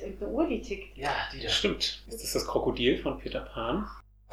ist irgendeine Uhr, die tickt. Ja, die da. Stimmt. Ist das Krokodil von Peter Pan?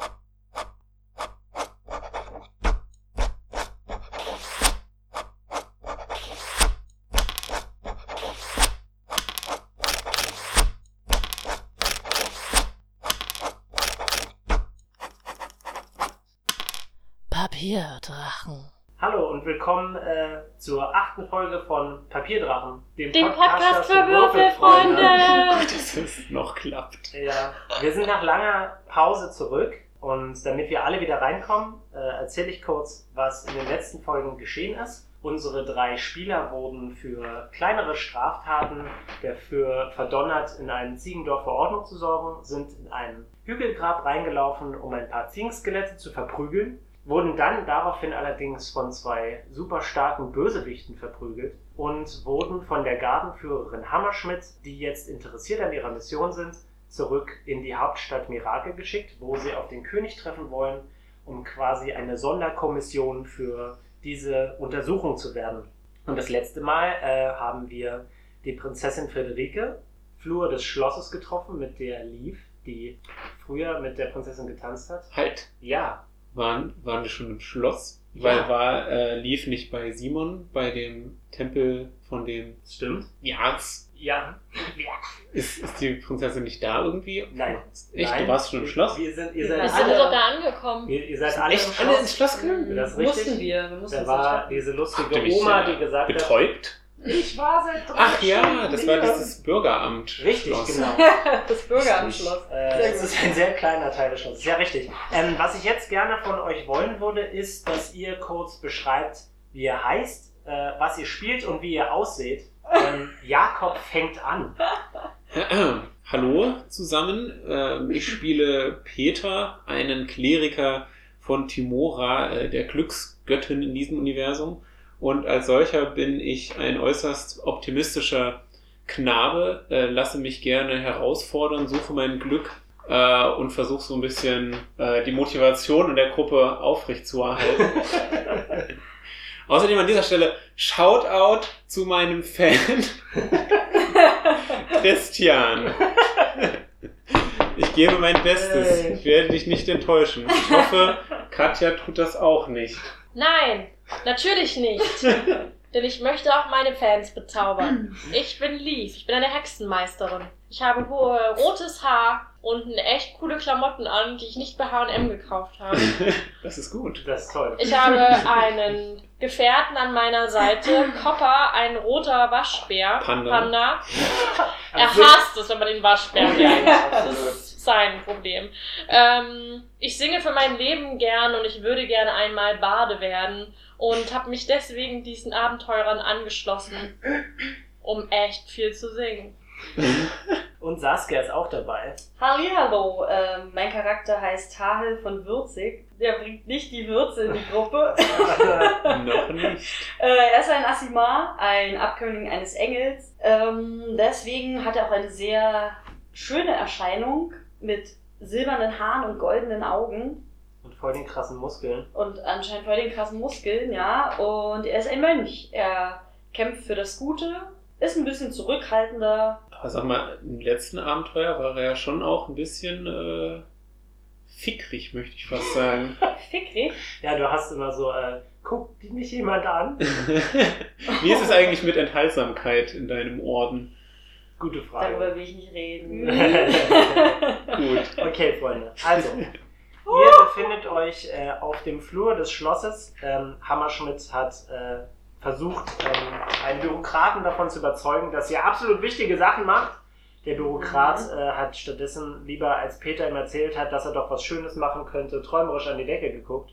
Papierdrachen. Hallo und willkommen zur 8. Folge von Papierdrachen, dem Podcast für Würfelfreunde. Dass es noch klappt. Ja, wir sind nach langer Pause zurück und damit wir alle wieder reinkommen, erzähle ich kurz, was in den letzten Folgen geschehen ist. Unsere 3 Spieler wurden für kleinere Straftaten dafür verdonnert, in einem Ziegendorf für Ordnung zu sorgen, sind in ein Hügelgrab reingelaufen, um ein paar Ziegenskelette zu verprügeln, wurden dann daraufhin allerdings von 2 super starken Bösewichten verprügelt und wurden von der Gardenführerin Hammerschmidt, die jetzt interessiert an ihrer Mission sind, zurück in die Hauptstadt Mirakel geschickt, wo sie auf den König treffen wollen, um quasi eine Sonderkommission für diese Untersuchung zu werden. Und das letzte Mal haben wir die Prinzessin Friederike, Flur des Schlosses getroffen, mit der Lief, die früher mit der Prinzessin getanzt hat. Halt. Ja. Waren wir schon im Schloss? Ja. Weil lief nicht bei Simon, bei dem Tempel von dem... Stimmt. Jahres. Ja. Ist die Prinzessin nicht da irgendwie? Nein. Echt? Nein. Du warst schon im Schloss? Ihr seid Wir alle, sind doch da angekommen. ihr seid alle Echt? im Alle Schloss. ins Schloss gegangen? Das ist richtig. Mussten wir. Wir mussten Da uns war treffen. diese Habt ihr lustige mich, Oma, die gesagt hat, betäubt? ich war seit 3 Ach ja, Stunden das war hier. dieses Bürgeramt. Richtig, Schloss. genau. Das Bürgeramtsschloss. Das ist ein sehr kleiner Teil des Schlosses. Ja, richtig. Was ich jetzt gerne von euch wollen würde, ist, dass ihr kurz beschreibt, wie ihr heißt, was ihr spielt und wie ihr ausseht. Jakob fängt an. Hallo zusammen. Ich spiele Peter, einen Kleriker von Timora, der Glücksgöttin in diesem Universum. Und als solcher bin ich ein äußerst optimistischer Knabe, lasse mich gerne herausfordern, suche mein Glück und versuche so ein bisschen die Motivation in der Gruppe aufrechtzuerhalten. Außerdem an dieser Stelle Shoutout zu meinem Fan Christian. Ich gebe mein Bestes. Ich werde dich nicht enttäuschen. Ich hoffe, Katja tut das auch nicht. Nein, natürlich nicht. Denn ich möchte auch meine Fans bezaubern. Ich bin Lief, ich bin eine Hexenmeisterin. Ich habe rotes Haar und echt coole Klamotten an, die ich nicht bei H&M gekauft habe. Das ist gut. Das ist toll. Ich habe einen Gefährten an meiner Seite, Copper, ein roter Waschbär, Panda. Er hasst es, wenn man den Waschbär nennt. Das ist sein Problem. Ich singe für mein Leben gern und ich würde gerne einmal Bade werden und habe mich deswegen diesen Abenteurern angeschlossen, um echt viel zu singen. Und Saskia ist auch dabei. Hallihallo, mein Charakter heißt Tahel von Würzig. Der bringt nicht die Würze in die Gruppe. Noch nicht. Er ist ein Asimar, ein Abkömmling eines Engels. Deswegen hat er auch eine sehr schöne Erscheinung mit silbernen Haaren und goldenen Augen. Und voll den krassen Muskeln. Und anscheinend voll den krassen Muskeln, ja. Und er ist ein Mönch. Er kämpft für das Gute, ist ein bisschen zurückhaltender. Aber sag mal, im letzten Abenteuer war er ja schon auch ein bisschen fickrig, möchte ich fast sagen. Fickrig. Ja, du hast immer so, guckt die nicht jemand an? Wie ist es eigentlich mit Enthaltsamkeit in deinem Orden? Gute Frage. Darüber will ich nicht reden. Gut. Okay, Freunde. Also, ihr befindet euch auf dem Flur des Schlosses. Hammerschmidt hat versucht, einen Bürokraten davon zu überzeugen, dass ihr absolut wichtige Sachen macht. Der Bürokrat hat stattdessen lieber, als Peter ihm erzählt hat, dass er doch was Schönes machen könnte, träumerisch an die Decke geguckt.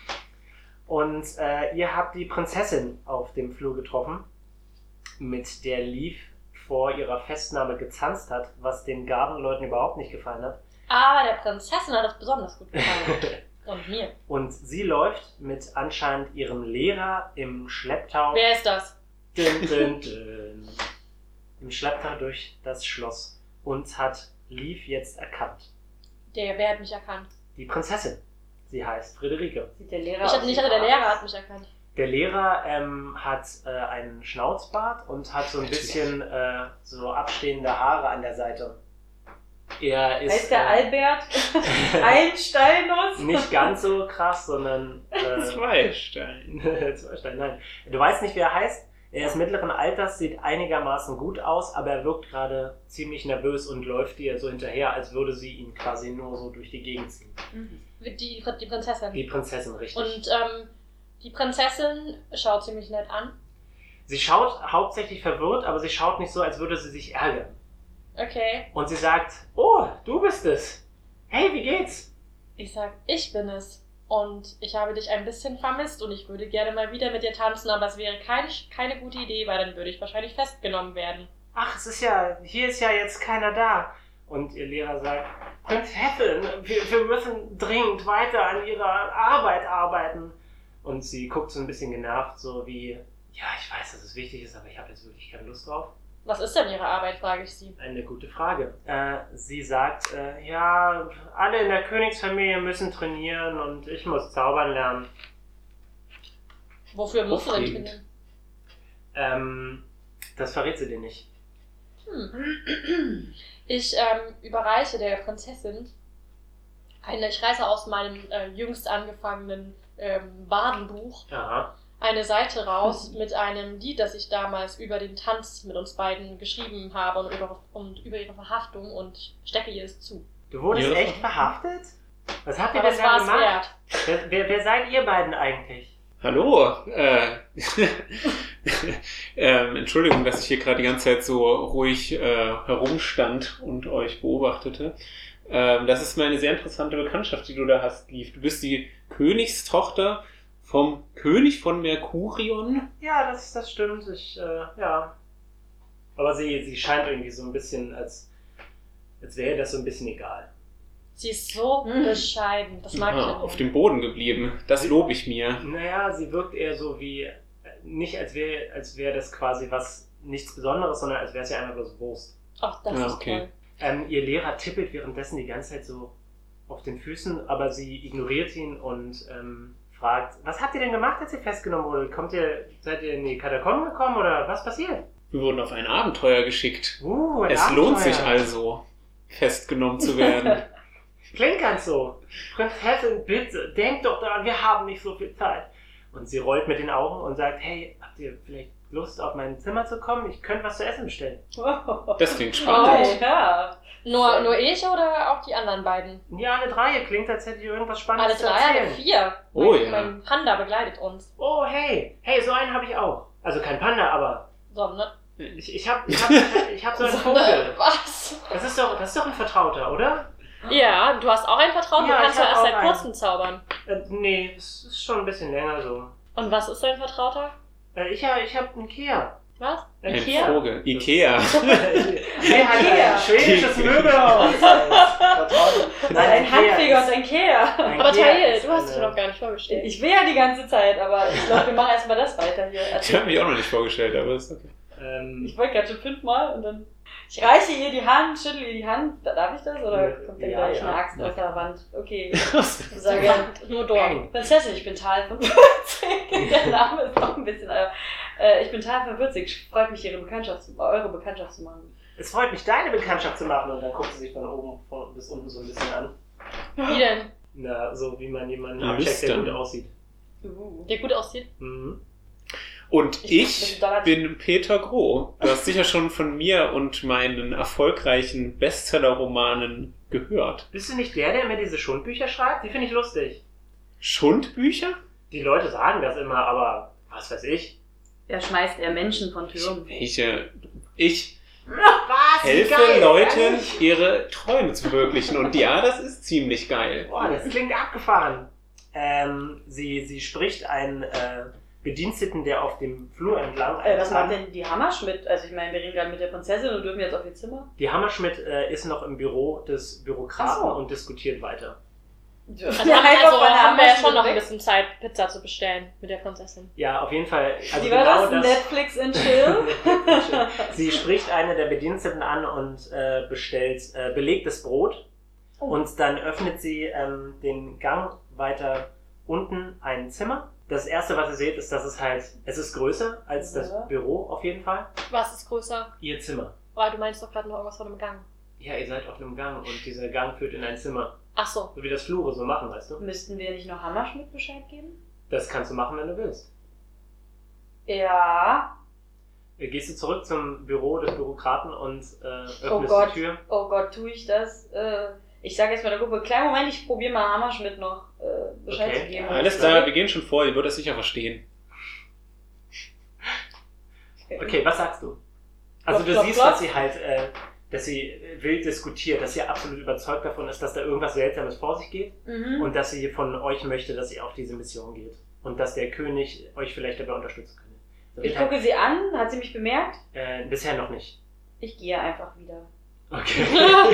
Und ihr habt die Prinzessin auf dem Flur getroffen, mit der Lief vor ihrer Festnahme gezanzt hat, was den Gardenleuten überhaupt nicht gefallen hat. Aber der Prinzessin hat das besonders gut gefallen. Und mir. Und sie läuft mit anscheinend ihrem Lehrer im Schlepptau. Wer ist das? Dün, dün, dün, im Schlepptau durch das Schloss und hat Lief jetzt erkannt. Wer hat mich erkannt? Die Prinzessin. Sie heißt Friederike. Sieht der Lehrer Ich hatte der Lehrer hat mich erkannt. Der Lehrer hat einen Schnauzbart und hat so ein bisschen so abstehende Haare an der Seite. Er ist, heißt der Albert Einsteinus? Nicht ganz so krass, sondern... Zweistein. Zweistein, nein. Du weißt nicht, wie er heißt. Er ist mittleren Alters, sieht einigermaßen gut aus, aber er wirkt gerade ziemlich nervös und läuft ihr so hinterher, als würde sie ihn quasi nur so durch die Gegend ziehen. Die Prinzessin. Die Prinzessin, richtig. Und die Prinzessin schaut ziemlich nett an. Sie schaut hauptsächlich verwirrt, aber sie schaut nicht so, als würde sie sich ärgern. Okay. Und sie sagt, oh, du bist es. Hey, wie geht's? Ich sag, ich bin es. Und ich habe dich ein bisschen vermisst und ich würde gerne mal wieder mit dir tanzen, aber es wäre keine gute Idee, weil dann würde ich wahrscheinlich festgenommen werden. Ach, hier ist ja jetzt keiner da. Und ihr Lehrer sagt, Prinzessin, wir müssen dringend weiter an ihrer Arbeit arbeiten. Und sie guckt so ein bisschen genervt, so wie, ja, ich weiß, dass es wichtig ist, aber ich habe jetzt wirklich keine Lust drauf. Was ist denn Ihre Arbeit, frage ich sie. Eine gute Frage. Sie sagt, ja, alle in der Königsfamilie müssen trainieren und ich muss zaubern lernen. Wofür musst du denn trainieren? Das verrät sie dir nicht. Ich überreiche der Prinzessin ich reiße aus meinem jüngst angefangenen Badenbuch eine Seite raus mit einem Lied, das ich damals über den Tanz mit uns beiden geschrieben habe und über ihre Verhaftung und stecke ihr es zu. Du wurdest echt verhaftet? Was habt ihr denn da gemacht? Wer seid ihr beiden eigentlich? Hallo, Entschuldigung, dass ich hier gerade die ganze Zeit so ruhig herumstand und euch beobachtete. Das ist eine sehr interessante Bekanntschaft, die du da hast, Liv. Du bist die Königstochter vom König von Merkurion? Ja, das stimmt. Ja. Aber sie scheint irgendwie so ein bisschen, als wäre das so ein bisschen egal. Sie ist so bescheiden. Das mag ich nicht. Auf dem Boden geblieben. Das lobe ich mir. Naja, sie wirkt eher so wie, nicht als wäre das quasi was, nichts Besonderes, sondern als wäre es ja einfach bloß Wurst. Ach, das ist toll. Ihr Lehrer tippelt währenddessen die ganze Zeit so auf den Füßen, aber sie ignoriert ihn und fragt, was habt ihr denn gemacht, als ihr festgenommen wurde? Seid ihr in die Katakomben gekommen oder was passiert? Wir wurden auf ein Abenteuer geschickt. Es lohnt sich also, festgenommen zu werden. Klingt ganz so. Prinzessin, bitte, denkt doch daran, wir haben nicht so viel Zeit. Und sie rollt mit den Augen und sagt, hey, habt ihr vielleicht Lust, auf mein Zimmer zu kommen? Ich könnte was zu essen bestellen. Das klingt spannend. Oh, ja. Nur ich oder auch die anderen beiden? Ja, alle drei. Klingt, als hättet ihr irgendwas Spannendes zu erzählen. Alle 4. Mein Panda begleitet uns. Oh, hey, so einen habe ich auch. Also kein Panda, aber... Sonne. Ich hab so einen Vogel. Was? Das ist doch ein Vertrauter, oder? Ja, du hast auch einen Vertrauten? Ja, du kannst ja erst seit kurzem zaubern. Nee, das ist schon ein bisschen länger so. Und was ist dein Vertrauter? Ich hab einen Kia. Was? Ein Vogel. Ikea. Ikea. Schwedisches Möbelhaus. Ein Handfeger und ein Ikea. Aber Tail, du hast dich noch gar nicht vorgestellt. Ich will ja die ganze Zeit, aber ich glaube, wir machen erstmal das weiter hier. Ich habe mich auch noch nicht vorgestellt, aber ist okay. Ich wollte gerade schon 5-mal und dann... Ich reiche ihr die Hand, schüttle ihr die Hand. Darf ich das? Oder kommt da gleich eine Axt aus der Wand? Okay. Ich sage nur dort. Prinzessin, ich bin Tal von Würzig. Der Name ist noch ein bisschen... ich bin Tal von Würzig. Freut mich, eure Bekanntschaft zu machen. Es freut mich, deine Bekanntschaft zu machen. Und dann guckt sie sich von oben bis unten so ein bisschen an. Wie denn? Na, so wie man jemanden abcheckt, der gut aussieht. Der gut aussieht? Mhm. Und ich bin Peter Groh. Du hast sicher schon von mir und meinen erfolgreichen Bestseller-Romanen gehört. Bist du nicht der mir diese Schundbücher schreibt? Die finde ich lustig. Schundbücher? Die Leute sagen das immer, aber was weiß ich. Er schmeißt eher Menschen von Türen. Ich helfe Leuten, ihre Träume zu verwirklichen. Und ja, das ist ziemlich geil. Boah, das klingt abgefahren. Sie spricht einen Bediensteten, der auf dem Flur entlang... was macht denn die Hammerschmidt? Also ich meine, wir reden gerade mit der Prinzessin und dürfen jetzt auf ihr Zimmer. Die Hammerschmidt ist noch im Büro des Bürokraten und diskutiert weiter. Also haben wir ja schon noch ein bisschen Zeit, Pizza zu bestellen mit der Prinzessin. Ja, auf jeden Fall. Also wie war das? Netflix and Chill? Sie spricht eine der Bediensteten an und bestellt belegtes Brot. Und dann öffnet sie den Gang weiter unten ein Zimmer. Das erste, was ihr seht, ist, dass es ist größer als das Büro auf jeden Fall. Was ist größer? Ihr Zimmer. Oh, du meinst doch gerade noch irgendwas von einem Gang. Ja, ihr seid auf einem Gang und dieser Gang führt in ein Zimmer. Ach so. So wie das Flure so machen, weißt du? Müssten wir nicht noch Hammerschmidt Bescheid geben? Das kannst du machen, wenn du willst. Ja. Gehst du zurück zum Büro des Bürokraten und öffnest die Tür? Oh Gott, tue ich das? Ich sage jetzt mal der Gruppe, kleinen Moment, ich probiere mal Hammerschmidt noch Bescheid zu geben. Alles klar, wir gehen schon vor, ihr würdet das sicher verstehen. Okay, was sagst du? Also du siehst, dass sie wild diskutiert, dass sie absolut überzeugt davon ist, dass da irgendwas Seltsames vor sich geht und dass sie von euch möchte, dass ihr auf diese Mission geht und dass der König euch vielleicht dabei unterstützen könnte. Ich gucke sie an, hat sie mich bemerkt? Bisher noch nicht. Ich gehe einfach wieder. Okay.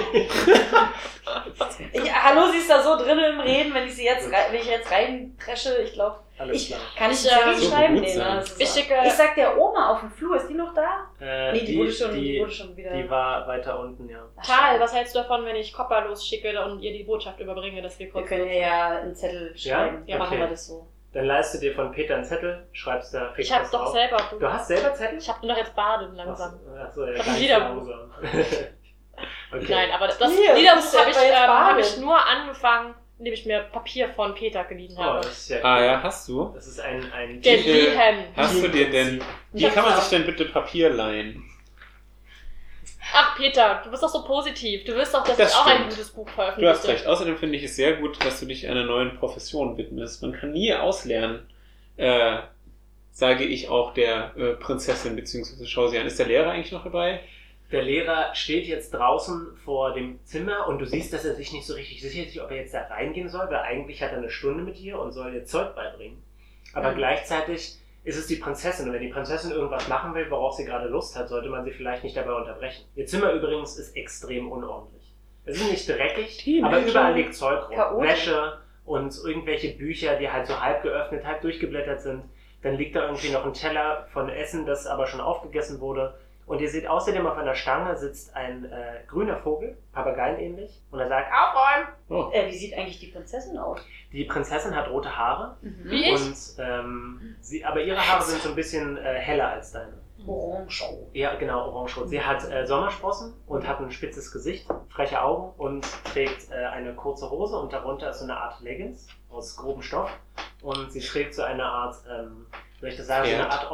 Hallo, sie ist da so drin im Reden, wenn ich jetzt reintresche, ich glaube, kann ich Zettel schreiben? Nee, ne? Ich sag der Oma auf dem Flur, ist die noch da? Nee, die wurde schon wieder. Die war weiter unten, ja. Tal, was hältst du davon, wenn ich Copper losschicke und ihr die Botschaft überbringe, dass wir kurz... Wir können ja einen Zettel schreiben. Ja, machen wir das so. Dann leist du dir von Peter einen Zettel, schreibst da fix. Ich hab doch selber. Du hast selber Zettel? Ich hab nur noch jetzt Baden langsam. Achso, ja, ich hab wieder. Okay. Nein, aber das Liederbuch habe ich nur angefangen, indem ich mir Papier von Peter geliehen habe. Das ist ja cool. Ja, hast du? Das ist ein geliehen. Hast du dir denn? Wie kann man sich denn bitte Papier leihen? Ach Peter, du bist doch so positiv. Du willst doch, dass ich auch ein gutes Buch veröffentliche. Du hast recht. Außerdem finde ich es sehr gut, dass du dich einer neuen Profession widmest. Man kann nie auslernen, sage ich auch der Prinzessin, beziehungsweise schau sie an. Ist der Lehrer eigentlich noch dabei? Der Lehrer steht jetzt draußen vor dem Zimmer und du siehst, dass er sich nicht so richtig sicher ist, ob er jetzt da reingehen soll, weil eigentlich hat er eine Stunde mit ihr und soll ihr Zeug beibringen. Aber gleichzeitig ist es die Prinzessin und wenn die Prinzessin irgendwas machen will, worauf sie gerade Lust hat, sollte man sie vielleicht nicht dabei unterbrechen. Ihr Zimmer übrigens ist extrem unordentlich. Es ist nicht dreckig, aber überall liegt Zeug rum. Wäsche und irgendwelche Bücher, die halt so halb geöffnet, halb durchgeblättert sind. Dann liegt da irgendwie noch ein Teller von Essen, das aber schon aufgegessen wurde. Und ihr seht außerdem auf einer Stange sitzt ein grüner Vogel, Papageienähnlich, und er sagt, aufräumen! Oh. Wie sieht eigentlich die Prinzessin aus? Die Prinzessin hat rote Haare. Wie ich? Und, aber ihre Haare sind so ein bisschen heller als deine. Orange-rot. Ja, genau, orange-rot. Sie hat Sommersprossen und hat ein spitzes Gesicht, freche Augen und trägt eine kurze Hose und darunter ist so eine Art Leggings aus grobem Stoff. Und sie trägt so eine Art, soll ich das sagen, so eine Art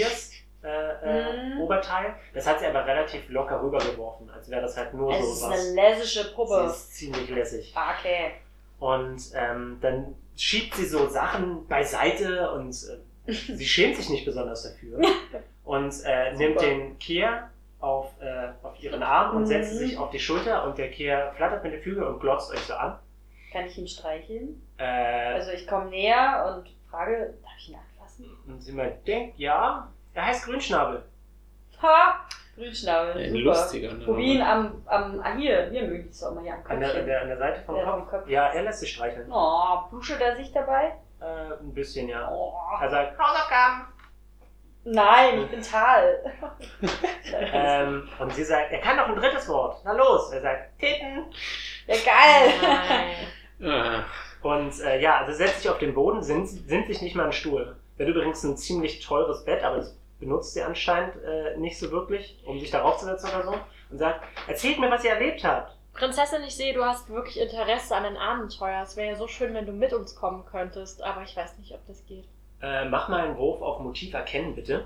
Oberteil. Das hat sie aber relativ locker rübergeworfen, als wäre das halt nur so was. Das ist eine lässige Puppe. Sie ist ziemlich lässig. Okay. Und dann schiebt sie so Sachen beiseite und sie schämt sich nicht besonders dafür. Und nimmt den Kehr auf ihren Arm und setzt sich auf die Schulter und der Kehr flattert mit den Flügeln und glotzt euch so an. Kann ich ihn streicheln? Also ich komme näher und frage, darf ich ihn anfassen? Und sie meint, denkt, ja. Er heißt Grünschnabel. Ha! Grünschnabel. Ein super. Lustiger Name. Probier ihn hier mögen es auch mal hier am An der Seite vom Kopf? Ja, er lässt sich streicheln. Oh, pluschelt er sich dabei? Ein bisschen, ja. Oh. Er sagt, Hausaufgaben! Nein, ich bin Tal. Und sie sagt, er kann noch ein drittes Wort. Na los! Er sagt, Titten! Ja, geil! Und also setzt sich auf den Boden, sind sich nicht mal ein Stuhl. Der hat übrigens ein ziemlich teures Bett, aber das benutzt sie anscheinend nicht so wirklich, um sich darauf zu setzen oder so. Und sagt, erzählt mir, was ihr erlebt habt. Prinzessin, ich sehe, du hast wirklich Interesse an den Abenteuer. Es wäre ja so schön, wenn du mit uns kommen könntest, aber ich weiß nicht, ob das geht. Mach mal einen Wurf auf Motiv erkennen, bitte.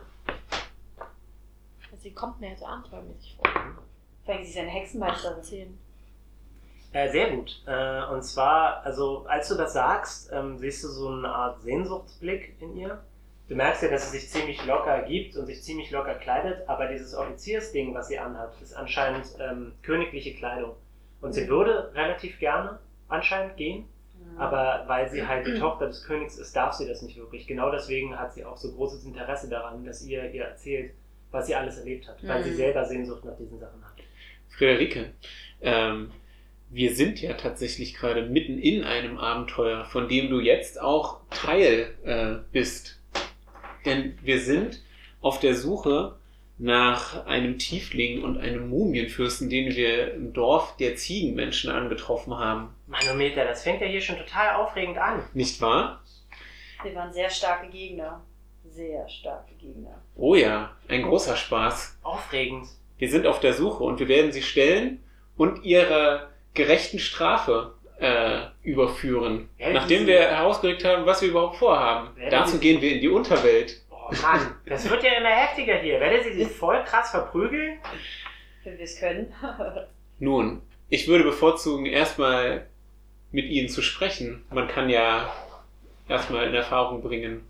Sie kommt mir jetzt abenteuermäßig vor. Weil sie ist eine Hexenmeisterin. 10. Sehr gut. Und zwar, also als du das sagst, siehst du so eine Art Sehnsuchtsblick in ihr. Du merkst ja, dass sie sich ziemlich locker gibt und sich ziemlich locker kleidet, aber dieses Offiziersding, was sie anhat, ist anscheinend königliche Kleidung. Und sie würde relativ gerne anscheinend gehen, aber weil sie halt die Tochter des Königs ist, darf sie das nicht wirklich. Genau deswegen hat sie auch so großes Interesse daran, dass ihr erzählt, was sie alles erlebt hat, weil sie selber Sehnsucht nach diesen Sachen hat. Friederike, wir sind ja tatsächlich gerade mitten in einem Abenteuer, von dem du jetzt auch Teil bist. Denn wir sind auf der Suche nach einem Tiefling und einem Mumienfürsten, den wir im Dorf der Ziegenmenschen angetroffen haben. Manometer, das fängt ja hier schon total aufregend an. Nicht wahr? Wir waren sehr starke Gegner. Sehr starke Gegner. Oh ja, ein großer Spaß. Aufregend. Wir sind auf der Suche und wir werden sie stellen und ihrer gerechten Strafe überführen. Nachdem wir herausgekriegt haben, was wir überhaupt vorhaben. Dazu gehen wir in die Unterwelt. Oh Mann, das wird ja immer heftiger hier. Werdet ihr sie voll krass verprügeln? Wenn wir es können. Nun, ich würde bevorzugen, erstmal mit ihnen zu sprechen. Man kann ja erstmal in Erfahrung bringen,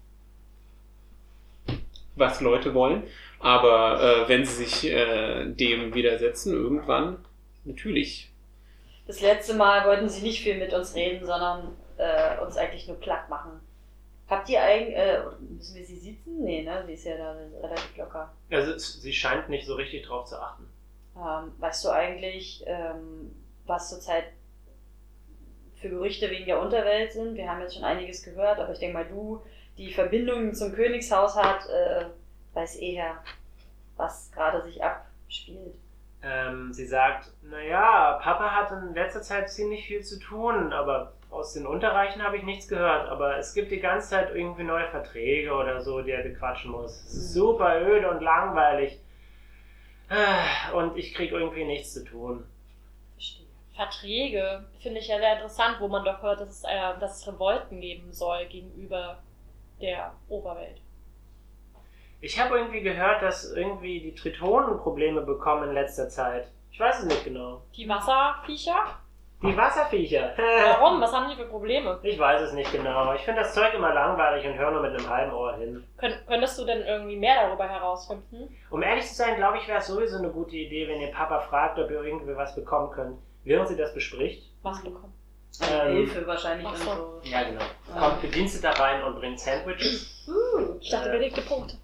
was Leute wollen. Aber wenn sie sich dem widersetzen, irgendwann, natürlich. Das letzte Mal wollten sie nicht viel mit uns reden, sondern uns eigentlich nur platt machen. Habt ihr eigentlich, müssen wir sie sitzen? Nee, ne? Sie ist ja da relativ locker. Also sie scheint nicht so richtig drauf zu achten. Weißt du eigentlich, was zurzeit für Gerüchte wegen der Unterwelt sind? Wir haben jetzt schon einiges gehört, aber ich denke mal, du, die Verbindung zum Königshaus hat, weiß eher, was gerade sich abspielt. Sie sagt, naja, Papa hat in letzter Zeit ziemlich viel zu tun, aber aus den Unterreichen habe ich nichts gehört. Aber es gibt die ganze Zeit irgendwie neue Verträge oder so, die er bequatschen muss. Es ist super öde und langweilig. Und ich kriege irgendwie nichts zu tun. Verstehe. Verträge finde ich ja sehr interessant, wo man doch hört, dass es Revolten geben soll gegenüber der Oberwelt. Ich habe irgendwie gehört, dass irgendwie die Tritonen Probleme bekommen in letzter Zeit. Ich weiß es nicht genau. Die Wasserviecher? Die Wasserviecher. Warum? Was haben die für Probleme? Ich weiß es nicht genau. Ich finde das Zeug immer langweilig und höre nur mit einem halben Ohr hin. Könntest du denn irgendwie mehr darüber herausfinden? Um ehrlich zu sein, glaube ich, wäre es sowieso eine gute Idee, wenn ihr Papa fragt, ob ihr irgendwie was bekommen könnt. Während sie das bespricht. Was bekommen? Hilfe wahrscheinlich. So. Und so. Ja, genau. Kommt Bediensteter rein und bringt Sandwiches. Ich dachte, belegte Punkte.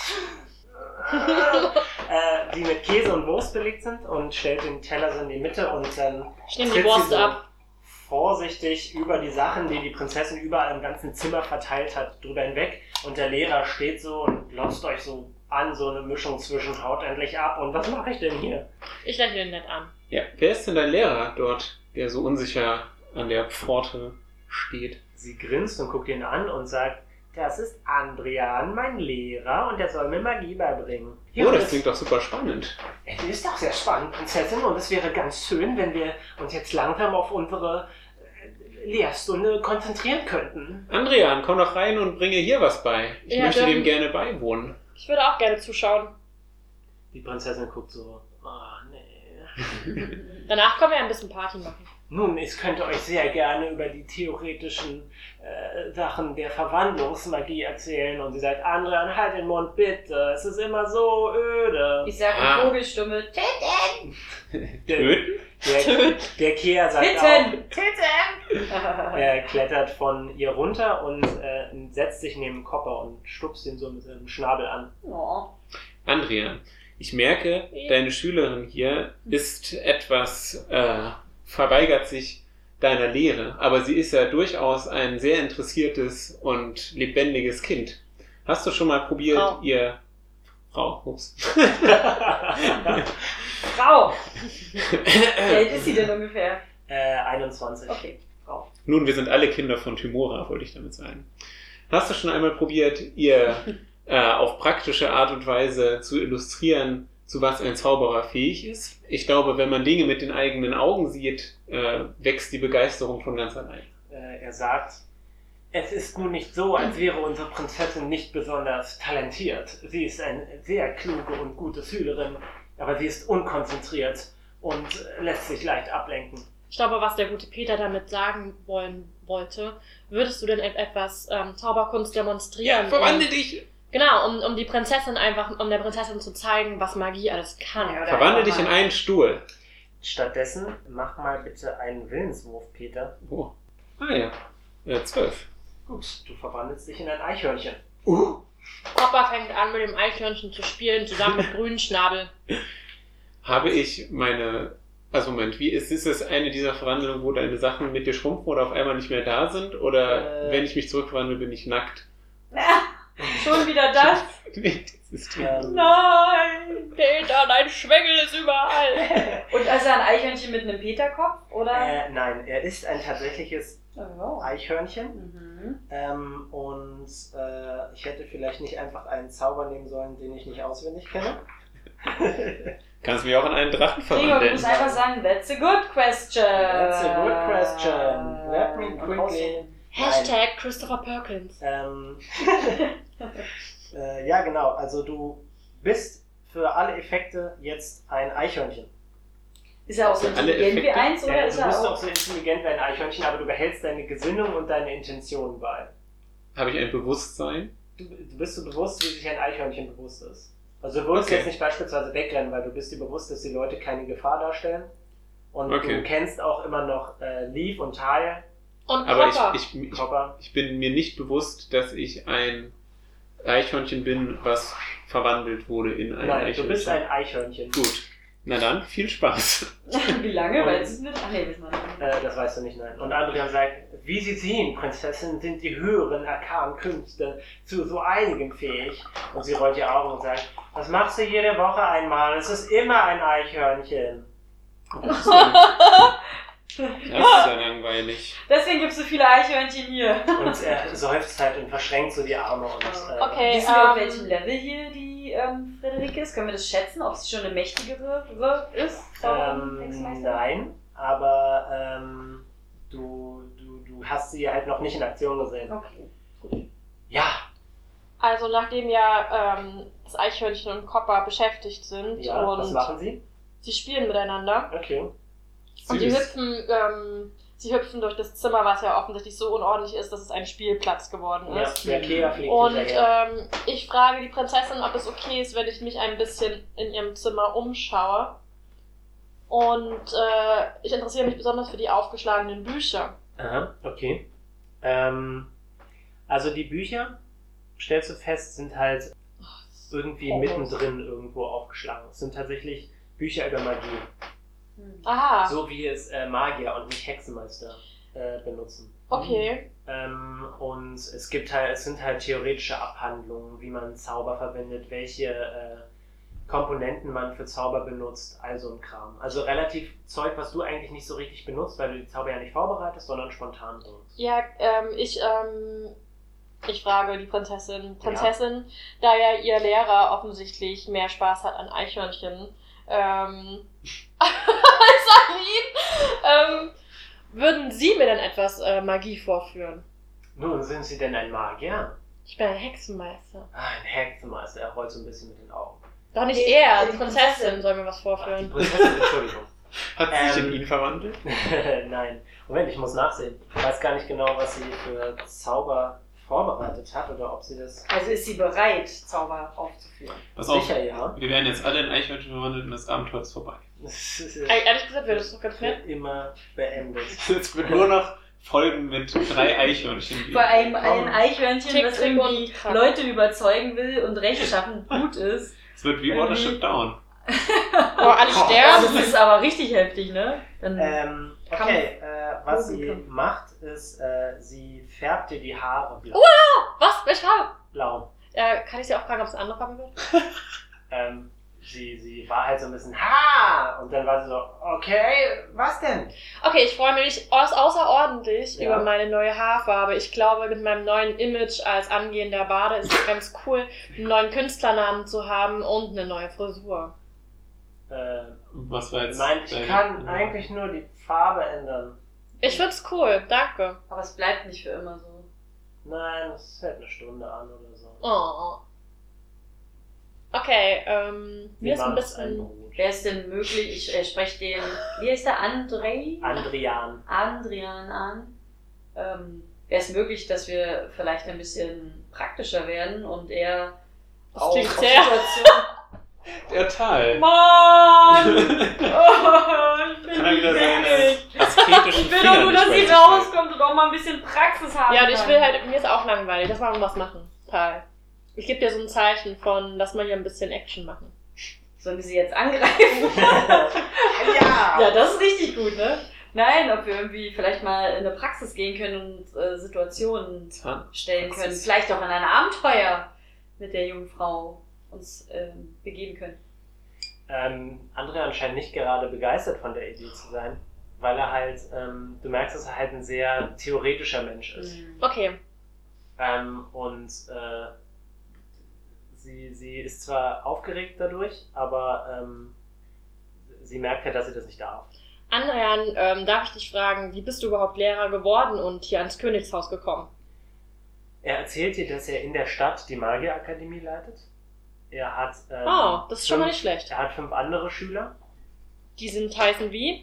Die mit Käse und Wurst belegt sind und stellt den Teller so in die Mitte und dann tritt die Wurst sie so ab. Vorsichtig über die Sachen, die die Prinzessin überall im ganzen Zimmer verteilt hat, drüber hinweg und der Lehrer steht so und glotzt euch so an, so eine Mischung zwischen haut endlich ab und was mache ich denn hier? Ich lächle ihn nett an. Ja, wer ist denn dein Lehrer dort, der so unsicher an der Pforte steht? Sie grinst und guckt ihn an und sagt, das ist Andrian, mein Lehrer, und der soll mir Magie beibringen. Ja, oh, das klingt doch super spannend. Es ist doch sehr spannend, Prinzessin, und es wäre ganz schön, wenn wir uns jetzt langsam auf unsere Lehrstunde konzentrieren könnten. Andrian, komm doch rein und bringe hier was bei. Ich möchte dem gerne beiwohnen. Ich würde auch gerne zuschauen. Die Prinzessin guckt so, nee. Danach können wir ein bisschen Party machen. Nun, ich könnte euch sehr gerne über die theoretischen Sachen der Verwandlungsmagie erzählen. Und sie sagt, Andrian, halt den Mund bitte. Es ist immer so öde. Ich sage in Vogelstimme, Töten? Der Kehr sagt Töten! Er klettert von ihr runter und setzt sich neben Kopper und stupst ihn so mit seinem Schnabel an. Oh. Andrian, ich merke, deine Schülerin hier ist etwas... verweigert sich deiner Lehre, aber sie ist ja durchaus ein sehr interessiertes und lebendiges Kind. Hast du schon mal probiert, Frau. Frau! Wie alt ist sie denn ungefähr? 21. Okay, Frau. Nun, wir sind alle Kinder von Tymora, wollte ich damit sagen. Hast du schon einmal probiert, ihr auf praktische Art und Weise zu illustrieren, zu was ein Zauberer fähig ist? Ich glaube, wenn man Dinge mit den eigenen Augen sieht, wächst die Begeisterung von ganz allein. Er sagt, es ist nun nicht so, als wäre unsere Prinzessin nicht besonders talentiert. Sie ist eine sehr kluge und gute Schülerin, aber sie ist unkonzentriert und lässt sich leicht ablenken. Ich glaube, was der gute Peter damit sagen wollte, würdest du denn etwas Zauberkunst demonstrieren? Ja, verwandle dich! Genau, um die Prinzessin um der Prinzessin zu zeigen, was Magie alles kann. Ja, verwandle dich in einen Stuhl. Stattdessen mach mal bitte einen Willenswurf, Peter. Oh. Ah ja, 12. Gut, du verwandelst dich in ein Eichhörnchen. Papa fängt an, mit dem Eichhörnchen zu spielen, zusammen mit Grünschnabel. Habe ich meine... Also Moment, wie ist es eine dieser Verwandlungen, wo deine Sachen mit dir schrumpfen oder auf einmal nicht mehr da sind? Oder wenn ich mich zurückverwandle, bin ich nackt? Schon wieder das? Nein! Peter, dein Schwengel ist überall! Und also ein Eichhörnchen mit einem Peterkopf, oder? Nein, er ist ein tatsächliches Eichhörnchen. Und ich hätte vielleicht nicht einfach einen Zauber nehmen sollen, den ich nicht auswendig kenne. Kannst du mich auch an einen Drachen verwandeln? Du musst einfach sagen, that's a good question. That's a good question. Let me quickly... Hashtag Christopher Perkins. Ja, genau. Also du bist für alle Effekte jetzt ein Eichhörnchen. Ist er auch so intelligent wie eins? Oder ist du bist auch so intelligent wie ein Eichhörnchen, aber du behältst deine Gesinnung und deine Intentionen bei. Habe ich ein Bewusstsein? Du bist so bewusst, wie sich ein Eichhörnchen bewusst ist. Also du würdest jetzt nicht beispielsweise wegrennen, weil du bist dir bewusst, dass die Leute keine Gefahr darstellen. Und du kennst auch immer noch Leaf und Tile. Und aber ich bin mir nicht bewusst, dass ich ein Eichhörnchen bin, was verwandelt wurde in ein Eichhörnchen. Nein, du bist ein Eichhörnchen. Gut. Na dann, viel Spaß. Wie lange? Weil es nicht... Ach nee, das weißt du nicht, nein. Und Adrian sagt, wie Sie sehen, Prinzessin, sind die höheren arkanen Künste zu so einigem fähig. Und sie rollt die Augen und sagt, das machst du jede Woche einmal, es ist immer ein Eichhörnchen. Das ist ja langweilig. Deswegen gibt es so viele Eichhörnchen hier. Und er seufzt halt und verschränkt so die Arme. Und, okay, wissen wir, auf welchem Level hier die Friederike ist? Können wir das schätzen, ob sie schon eine mächtigere ist? Nein, aber du hast sie halt noch nicht in Aktion gesehen. Okay, gut. Ja. Also nachdem ja das Eichhörnchen und Copper beschäftigt sind und was machen sie? Sie spielen miteinander. Okay. Und sie hüpfen durch das Zimmer, was ja offensichtlich so unordentlich ist, dass es ein Spielplatz geworden ist. Ja, der Kea fliegt und ich frage die Prinzessin, ob es okay ist, wenn ich mich ein bisschen in ihrem Zimmer umschaue. Und ich interessiere mich besonders für die aufgeschlagenen Bücher. Aha, okay. Also die Bücher, stellst du fest, sind halt irgendwie mittendrin irgendwo aufgeschlagen. Es sind tatsächlich Bücher über Magie. Aha. So wie es Magier und nicht Hexenmeister benutzen. Okay. Und es sind halt theoretische Abhandlungen, wie man Zauber verwendet, welche Komponenten man für Zauber benutzt, also ein Kram. Also relativ Zeug, was du eigentlich nicht so richtig benutzt, weil du die Zauber ja nicht vorbereitest, sondern spontan benutzt. Ja, ich frage die Prinzessin, da ja ihr Lehrer offensichtlich mehr Spaß hat an Eichhörnchen, würden Sie mir denn etwas Magie vorführen? Nun, sind Sie denn ein Magier? Ich bin ein Hexenmeister. Ein Hexenmeister, er rollt so ein bisschen mit den Augen. Doch nicht er, die Prinzessin soll mir was vorführen. Die Prinzessin, Entschuldigung. Hat sie sich in ihn verwandelt? Nein. Moment, ich muss nachsehen. Ich weiß gar nicht genau, was sie für Zauber vorbereitet hat oder ob sie das... Also ist sie bereit, Zauber aufzuführen? Sicher, ja. Wir werden jetzt alle in Eichhörnchen verwandelt und das Abenteuer ist vorbei. Ehrlich gesagt wäre das doch ganz nett. Immer beendet. Jetzt wird nur noch Folgen mit 3 Eichhörnchen geben. Vor allem ein Eichhörnchen, das irgendwie Leute überzeugen will und rechtschaffen gut ist. Es wird wie Watership Down. Alle sterben. Das ist aber richtig heftig, ne? Dann okay, was sie macht, ist, sie färbt dir die Haare blau. Was? Welche Farbe? Blau. Kann ich sie auch fragen, ob es eine andere Farbe wird? Sie war halt so ein bisschen, und dann war sie so, okay, was denn? Okay, ich freue mich außerordentlich über meine neue Haarfarbe. Ich glaube, mit meinem neuen Image als angehender Bade ist es ganz cool, einen neuen Künstlernamen zu haben und eine neue Frisur. Was war jetzt? Ich kann eigentlich nur die Farbe ändern. Ich find's cool, danke. Aber es bleibt nicht für immer so. Nein, es hält eine Stunde an oder so. Oh. Okay, mir ist ein bisschen... Wäre es denn möglich, ich spreche den, wie heißt der, Andrian an. Wäre es möglich, dass wir vielleicht ein bisschen praktischer werden und er auch die Situation... Der Teil. Mann! Ich bin wieder ich will doch nur, dass sie rauskommt und auch mal ein bisschen Praxis haben Ja, und ich will halt, mir ist auch langweilig, lass mal was machen, Tal. Ich gebe dir so ein Zeichen von, lass mal hier ein bisschen Action machen. Sollen wir sie jetzt angreifen? Ja, das ist richtig gut, ne? Nein, ob wir irgendwie vielleicht mal in eine Praxis gehen können und Situationen stellen können. Vielleicht auch in ein Abenteuer mit der jungen Frau uns begeben können. Andrian scheint nicht gerade begeistert von der Idee zu sein, weil er halt, du merkst, dass er halt ein sehr theoretischer Mensch ist. Okay. Sie ist zwar aufgeregt dadurch, aber sie merkt ja, dass sie das nicht darf. Andrian, darf ich dich fragen, wie bist du überhaupt Lehrer geworden und hier ans Königshaus gekommen? Er erzählt dir, dass er in der Stadt die Magierakademie leitet. Er hat das ist schon mal nicht schlecht. Er hat 5 andere Schüler. Die heißen wie?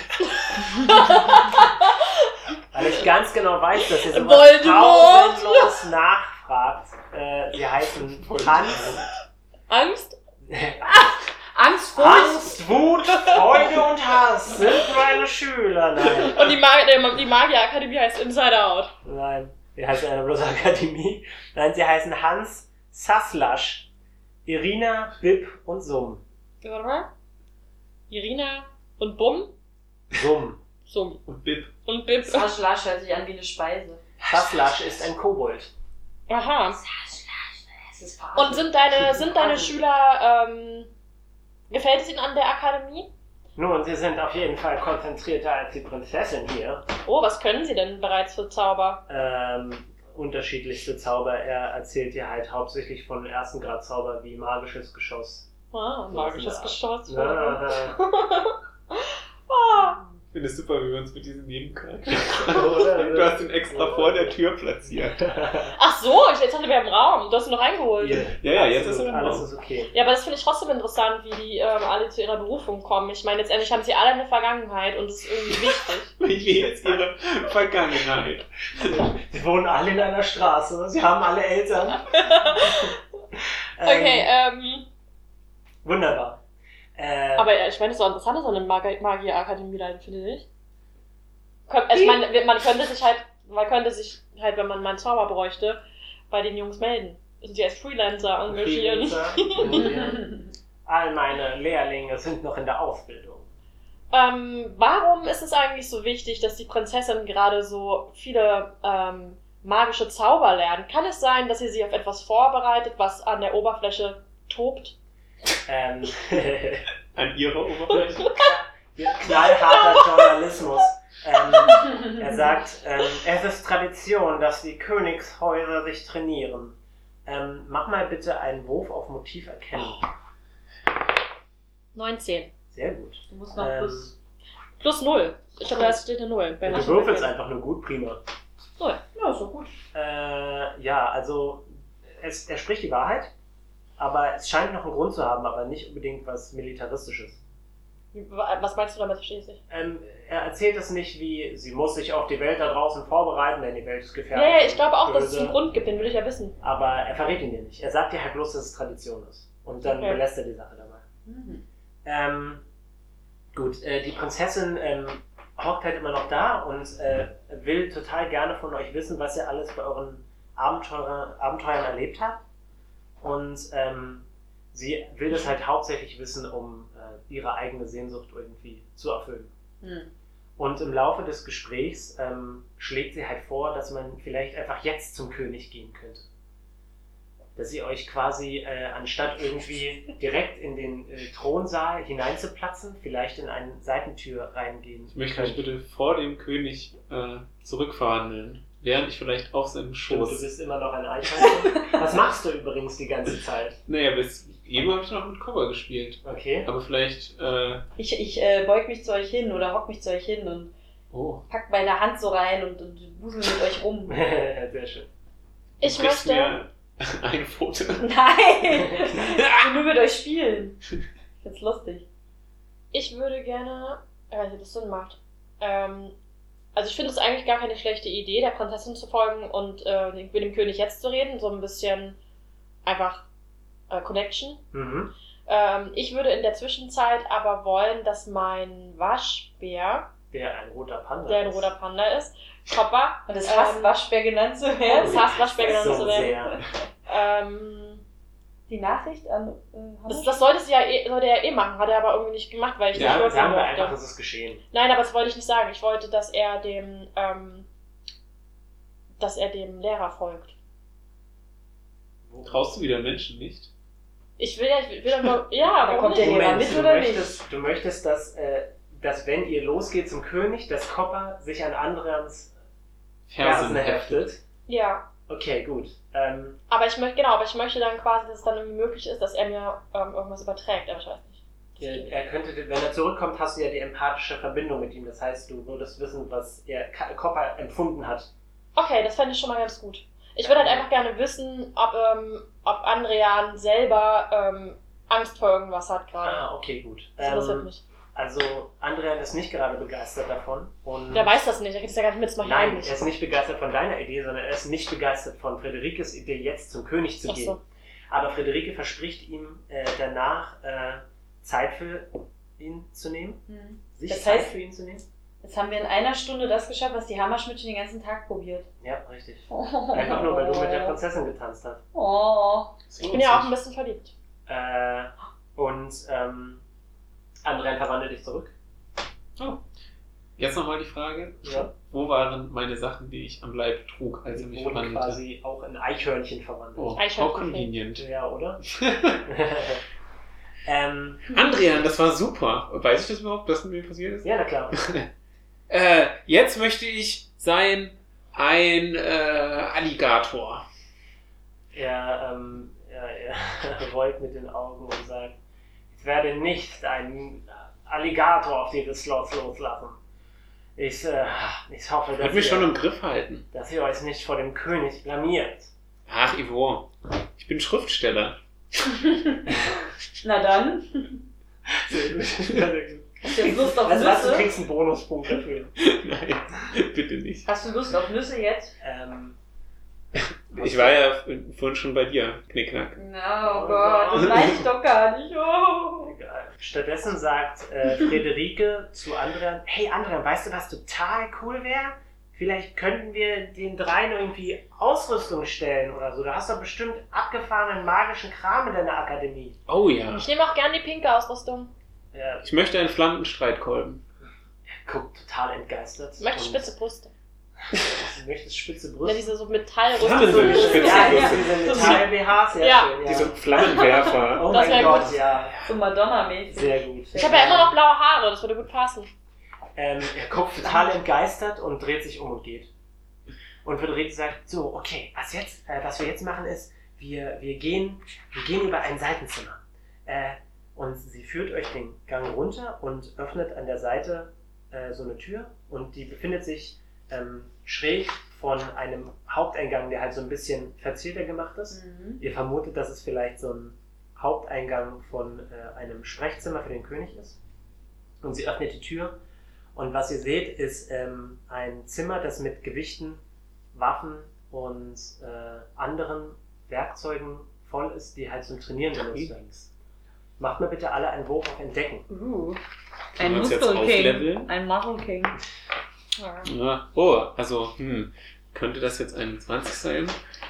Weil ich ganz genau weiß, dass ihr so pausenlos nachfragt. Sie heißen Hans. Angst? Angst, Wut, Freude und Hass sind meine Schüler. Nein. Und die Magierakademie heißt Inside Out. Nein, die heißt eine bloße Akademie. Nein, sie heißen Hans, Saslasch, Irina, Bib und Summ. Warte mal. Irina und Bumm? Summ. Und Bib. Saslasch hört sich an wie eine Speise. Saslasch ist ein Kobold. Aha. Und sind deine Schüler, gefällt es ihnen an der Akademie? Nun, sie sind auf jeden Fall konzentrierter als die Prinzessin hier. Oh, was können sie denn bereits für Zauber? Unterschiedlichste Zauber. Er erzählt dir halt hauptsächlich von 1. Grad Zauber wie magisches Geschoss. Magisches Geschoss. Ich finde es super, wie wir uns mit diesen Nebencharakteren. Du hast ihn extra vor der Tür platziert. Ach so, jetzt hatten wir im Raum. Du hast ihn noch reingeholt. Ja, jetzt ist er im Raum. Alles ist okay. Ja, aber das finde ich trotzdem interessant, wie die alle zu ihrer Berufung kommen. Ich meine, letztendlich haben sie alle eine Vergangenheit und das ist irgendwie wichtig. Wie jetzt ihre Vergangenheit. Sie wohnen alle in einer Straße. Sie haben alle Eltern. Okay, Wunderbar. Aber ich meine, es ist auch interessant, so eine Magierakademie da, finde ich. Also ich meine, man könnte sich halt, wenn man mal einen Zauber bräuchte, bei den Jungs melden. Und sie als Freelancer engagieren. All meine Lehrlinge sind noch in der Ausbildung. Warum ist es eigentlich so wichtig, dass die Prinzessin gerade so viele magische Zauber lernt? Kann es sein, dass sie sich auf etwas vorbereitet, was an der Oberfläche tobt? An ihrer Oberfläche? Knallharter Journalismus. Er sagt, es ist Tradition, dass die Königshäuser sich trainieren. Mach mal bitte einen Wurf auf Motiv erkennen. 19. Sehr gut. Du musst noch plus 0. Ich glaube, da steht eine 0. Du würfelst einfach nur gut, prima. 0. Ja, ist doch gut. Ja, also er spricht die Wahrheit. Aber es scheint noch einen Grund zu haben, aber nicht unbedingt was Militaristisches. Was meinst du damit, verstehe ich nicht? Er erzählt es nicht wie, sie muss sich auf die Welt da draußen vorbereiten, denn die Welt ist gefährlich. Ja, ich glaube auch, dass es einen Grund gibt, den will ich ja wissen. Aber er verrät ihn dir nicht. Er sagt dir halt bloß, dass es Tradition ist. Und dann belässt er die Sache dabei. Gut, die Prinzessin hockt halt immer noch da und will total gerne von euch wissen, was ihr alles bei euren Abenteuern erlebt habt. Und sie will das halt hauptsächlich wissen, um ihre eigene Sehnsucht irgendwie zu erfüllen. Und im Laufe des Gesprächs schlägt sie halt vor, dass man vielleicht einfach jetzt zum König gehen könnte. Dass ihr euch quasi, anstatt irgendwie direkt in den Thronsaal hineinzuplatzen, vielleicht in eine Seitentür reingehen. Ich möchte mich bitte vor dem König zurückverwandeln. Während ich vielleicht auf seinem Schoß... Du bist immer noch ein Eichhörnchen. Was machst du übrigens die ganze Zeit? Naja, bis eben habe ich noch mit Cobra gespielt. Okay. Aber vielleicht... Ich beug mich zu euch hin oder hock mich zu euch hin und pack meine Hand so rein und wusel mit euch rum. Sehr schön. Ich möchte... mir ein Foto. Nein! Ich will nur mit euch spielen. Ich find's lustig. Ich würde gerne... Ich weiß nicht, ob das Sinn macht. Also ich finde es eigentlich gar keine schlechte Idee, der Prinzessin zu folgen und mit dem König jetzt zu reden. So ein bisschen einfach Connection. Ich würde in der Zwischenzeit aber wollen, dass mein Waschbär, der ein roter Panda ist, Copper. Und es hasst, Waschbär genannt zu werden. Es hasst, Waschbär genannt zu werden. Die Nachricht an das sollte er machen, hat er aber irgendwie nicht gemacht, weil ich nicht wirklich sagen wir einfach, es ist geschehen. Nein, aber das wollte ich nicht sagen. Ich wollte, dass er dem Lehrer folgt. Traust du wieder Menschen nicht? Ich will doch nur... Ja, da kommt der Lehrer mit oder nicht? Du möchtest, dass wenn ihr losgeht zum König, dass Copper sich an Andrians Fersen heftet. Ja. Okay, gut. Aber ich möchte dann quasi, dass es dann irgendwie möglich ist, dass er mir irgendwas überträgt, aber ich weiß nicht. Er könnte, wenn er zurückkommt, hast du ja die empathische Verbindung mit ihm. Das heißt, du würdest wissen, was Copper empfunden hat. Okay, das fände ich schon mal ganz gut. Ich würde halt einfach gerne wissen, ob Andrian selber Angst vor irgendwas hat gerade. Okay, gut. Das interessiert mich. Also, Andrian ist nicht gerade begeistert davon. Der weiß das nicht, er kriegt das ja gar nicht mit, das mache ich Nein, er ist nicht begeistert von deiner Idee, sondern er ist nicht begeistert von Friederikes Idee, jetzt zum König zu gehen. Aber Friederike verspricht ihm danach Zeit für ihn zu nehmen. Zeit für ihn zu nehmen. Jetzt haben wir in einer Stunde das geschafft, was die Hammerschmidtchen den ganzen Tag probiert. Ja, richtig. Einfach nur, weil du mit der Prinzessin getanzt hast. Ich bin ja auch ein bisschen verliebt. Andrian verwandelt dich zurück. Oh. Jetzt nochmal die Frage. Ja. Wo waren meine Sachen, die ich am Leib trug, als er mich verwandelte? Quasi auch in Eichhörnchen verwandelt. Auch convenient. Ja, oder? Andrian, das war super. Weiß ich das überhaupt, was mit mir passiert ist? Ja, na klar. Jetzt möchte ich sein ein Alligator. Er rollt mit den Augen und sagt, ich werde nicht einen Alligator auf dieses Schloss loslassen. Ich hoffe, dass mich schon im Griff halten. Dass ihr euch nicht vor dem König blamiert. Ach, Yvonne, ich bin Schriftsteller. Na dann. Sehr gut. Hast du jetzt Lust auf Nüsse? Du kriegst einen Bonuspunkt dafür. Nein, bitte nicht. Hast du Lust auf Nüsse jetzt? Ich war ja vorhin schon bei dir, Knickknack. Oh Gott, das weiß ich doch gar nicht. Egal. Stattdessen sagt Friederike zu Andrian, hey Andrian, weißt du, was total cool wäre? Vielleicht könnten wir den dreien irgendwie Ausrüstung stellen oder so. Du hast doch bestimmt abgefahrenen magischen Kram in deiner Akademie. Oh ja. Ich nehme auch gern die pinke Ausrüstung. Ja. Ich möchte einen flammenden Streitkolben. Er guckt total entgeistert. Ich möchte spitze Brüste. Du möchtest spitze Brüste? Ja, diese so Metallrüstung. Diese Metall-BHs, sehr schön. Ja. Diese Flammenwerfer. Oh mein Gott, gut. ja. So Madonna-mäßig. Sehr gut. Ich habe ja immer noch blaue Haare, das würde gut passen. Er guckt total entgeistert und dreht sich um und geht. Und Friederike sagt, so, okay, was wir jetzt machen ist, wir gehen über ein Seitenzimmer. Und sie führt euch den Gang runter und öffnet an der Seite so eine Tür und die befindet sich schräg von einem Haupteingang, der halt so ein bisschen verzierter gemacht ist. Ihr vermutet, dass es vielleicht so ein Haupteingang von einem Sprechzimmer für den König ist. Und sie öffnet die Tür und was ihr seht, ist ein Zimmer, das mit Gewichten, Waffen und anderen Werkzeugen voll ist, die halt zum Trainieren benutzt werden. Macht mir bitte alle einen Wurf auf Entdecken. Ein Muskel-King. Ein Muscle-King. Ja. Oh, also, könnte das jetzt 21 sein?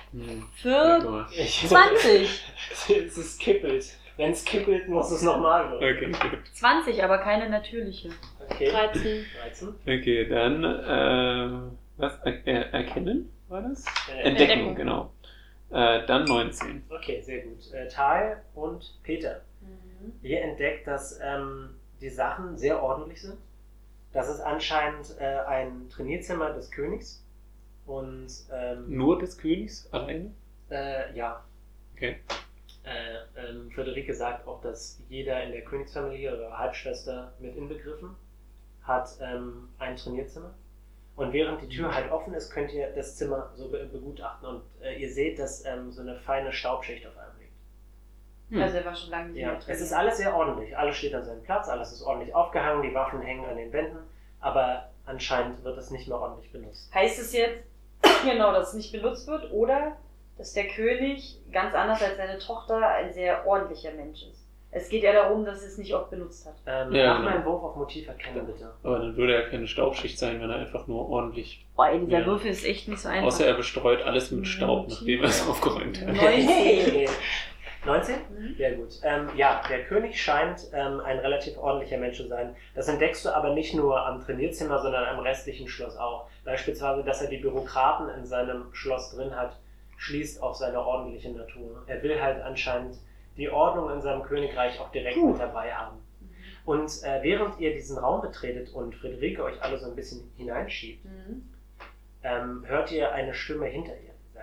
Für 20. Es ist kippelt. Wenn es kippelt, muss es nochmal werden. Okay, gut. 20, aber keine natürliche. Okay. 13. Okay, dann, was? Erkennen war das? Entdecken, genau. Dann 19. Okay, sehr gut. Tal und Peter. Ihr entdeckt, dass die Sachen sehr ordentlich sind. Das ist anscheinend ein Trainierzimmer des Königs. Und, nur des Königs alleine? Ja. Okay. Friederike sagt auch, dass jeder in der Königsfamilie, ihre Halbschwester mit inbegriffen, hat ein Trainierzimmer. Und während die Tür halt offen ist, könnt ihr das Zimmer so begutachten. Und ihr seht, dass so eine feine Staubschicht auf einem liegt. Also er war schon lange nicht mehr drin. Es ist alles sehr ordentlich. Alles steht an seinem Platz, alles ist ordentlich aufgehangen, die Waffen hängen an den Wänden. Aber anscheinend wird es nicht mehr ordentlich benutzt. Heißt es jetzt, genau, dass es nicht benutzt wird oder dass der König, ganz anders als seine Tochter, ein sehr ordentlicher Mensch ist? Es geht ja darum, dass er es nicht oft benutzt hat. Mach mal einen Wurf auf Motiv erkennen, bitte. Aber dann würde er keine Staubschicht sein, wenn er einfach nur ordentlich... Dieser Würfel ist echt nicht so einfach. Außer er bestreut alles mit Staub, nachdem er es aufgeräumt hat. 19. 19? Sehr gut. Der König scheint ein relativ ordentlicher Mensch zu sein. Das entdeckst du aber nicht nur am Trainierzimmer, sondern am restlichen Schloss auch. Beispielsweise, dass er die Bürokraten in seinem Schloss drin hat, schließt auf seine ordentliche Natur. Er will halt anscheinend die Ordnung in seinem Königreich auch direkt mit dabei haben. Und während ihr diesen Raum betretet und Friederike euch alle so ein bisschen hineinschiebt, hört ihr eine Stimme hinter ihr, die sagt,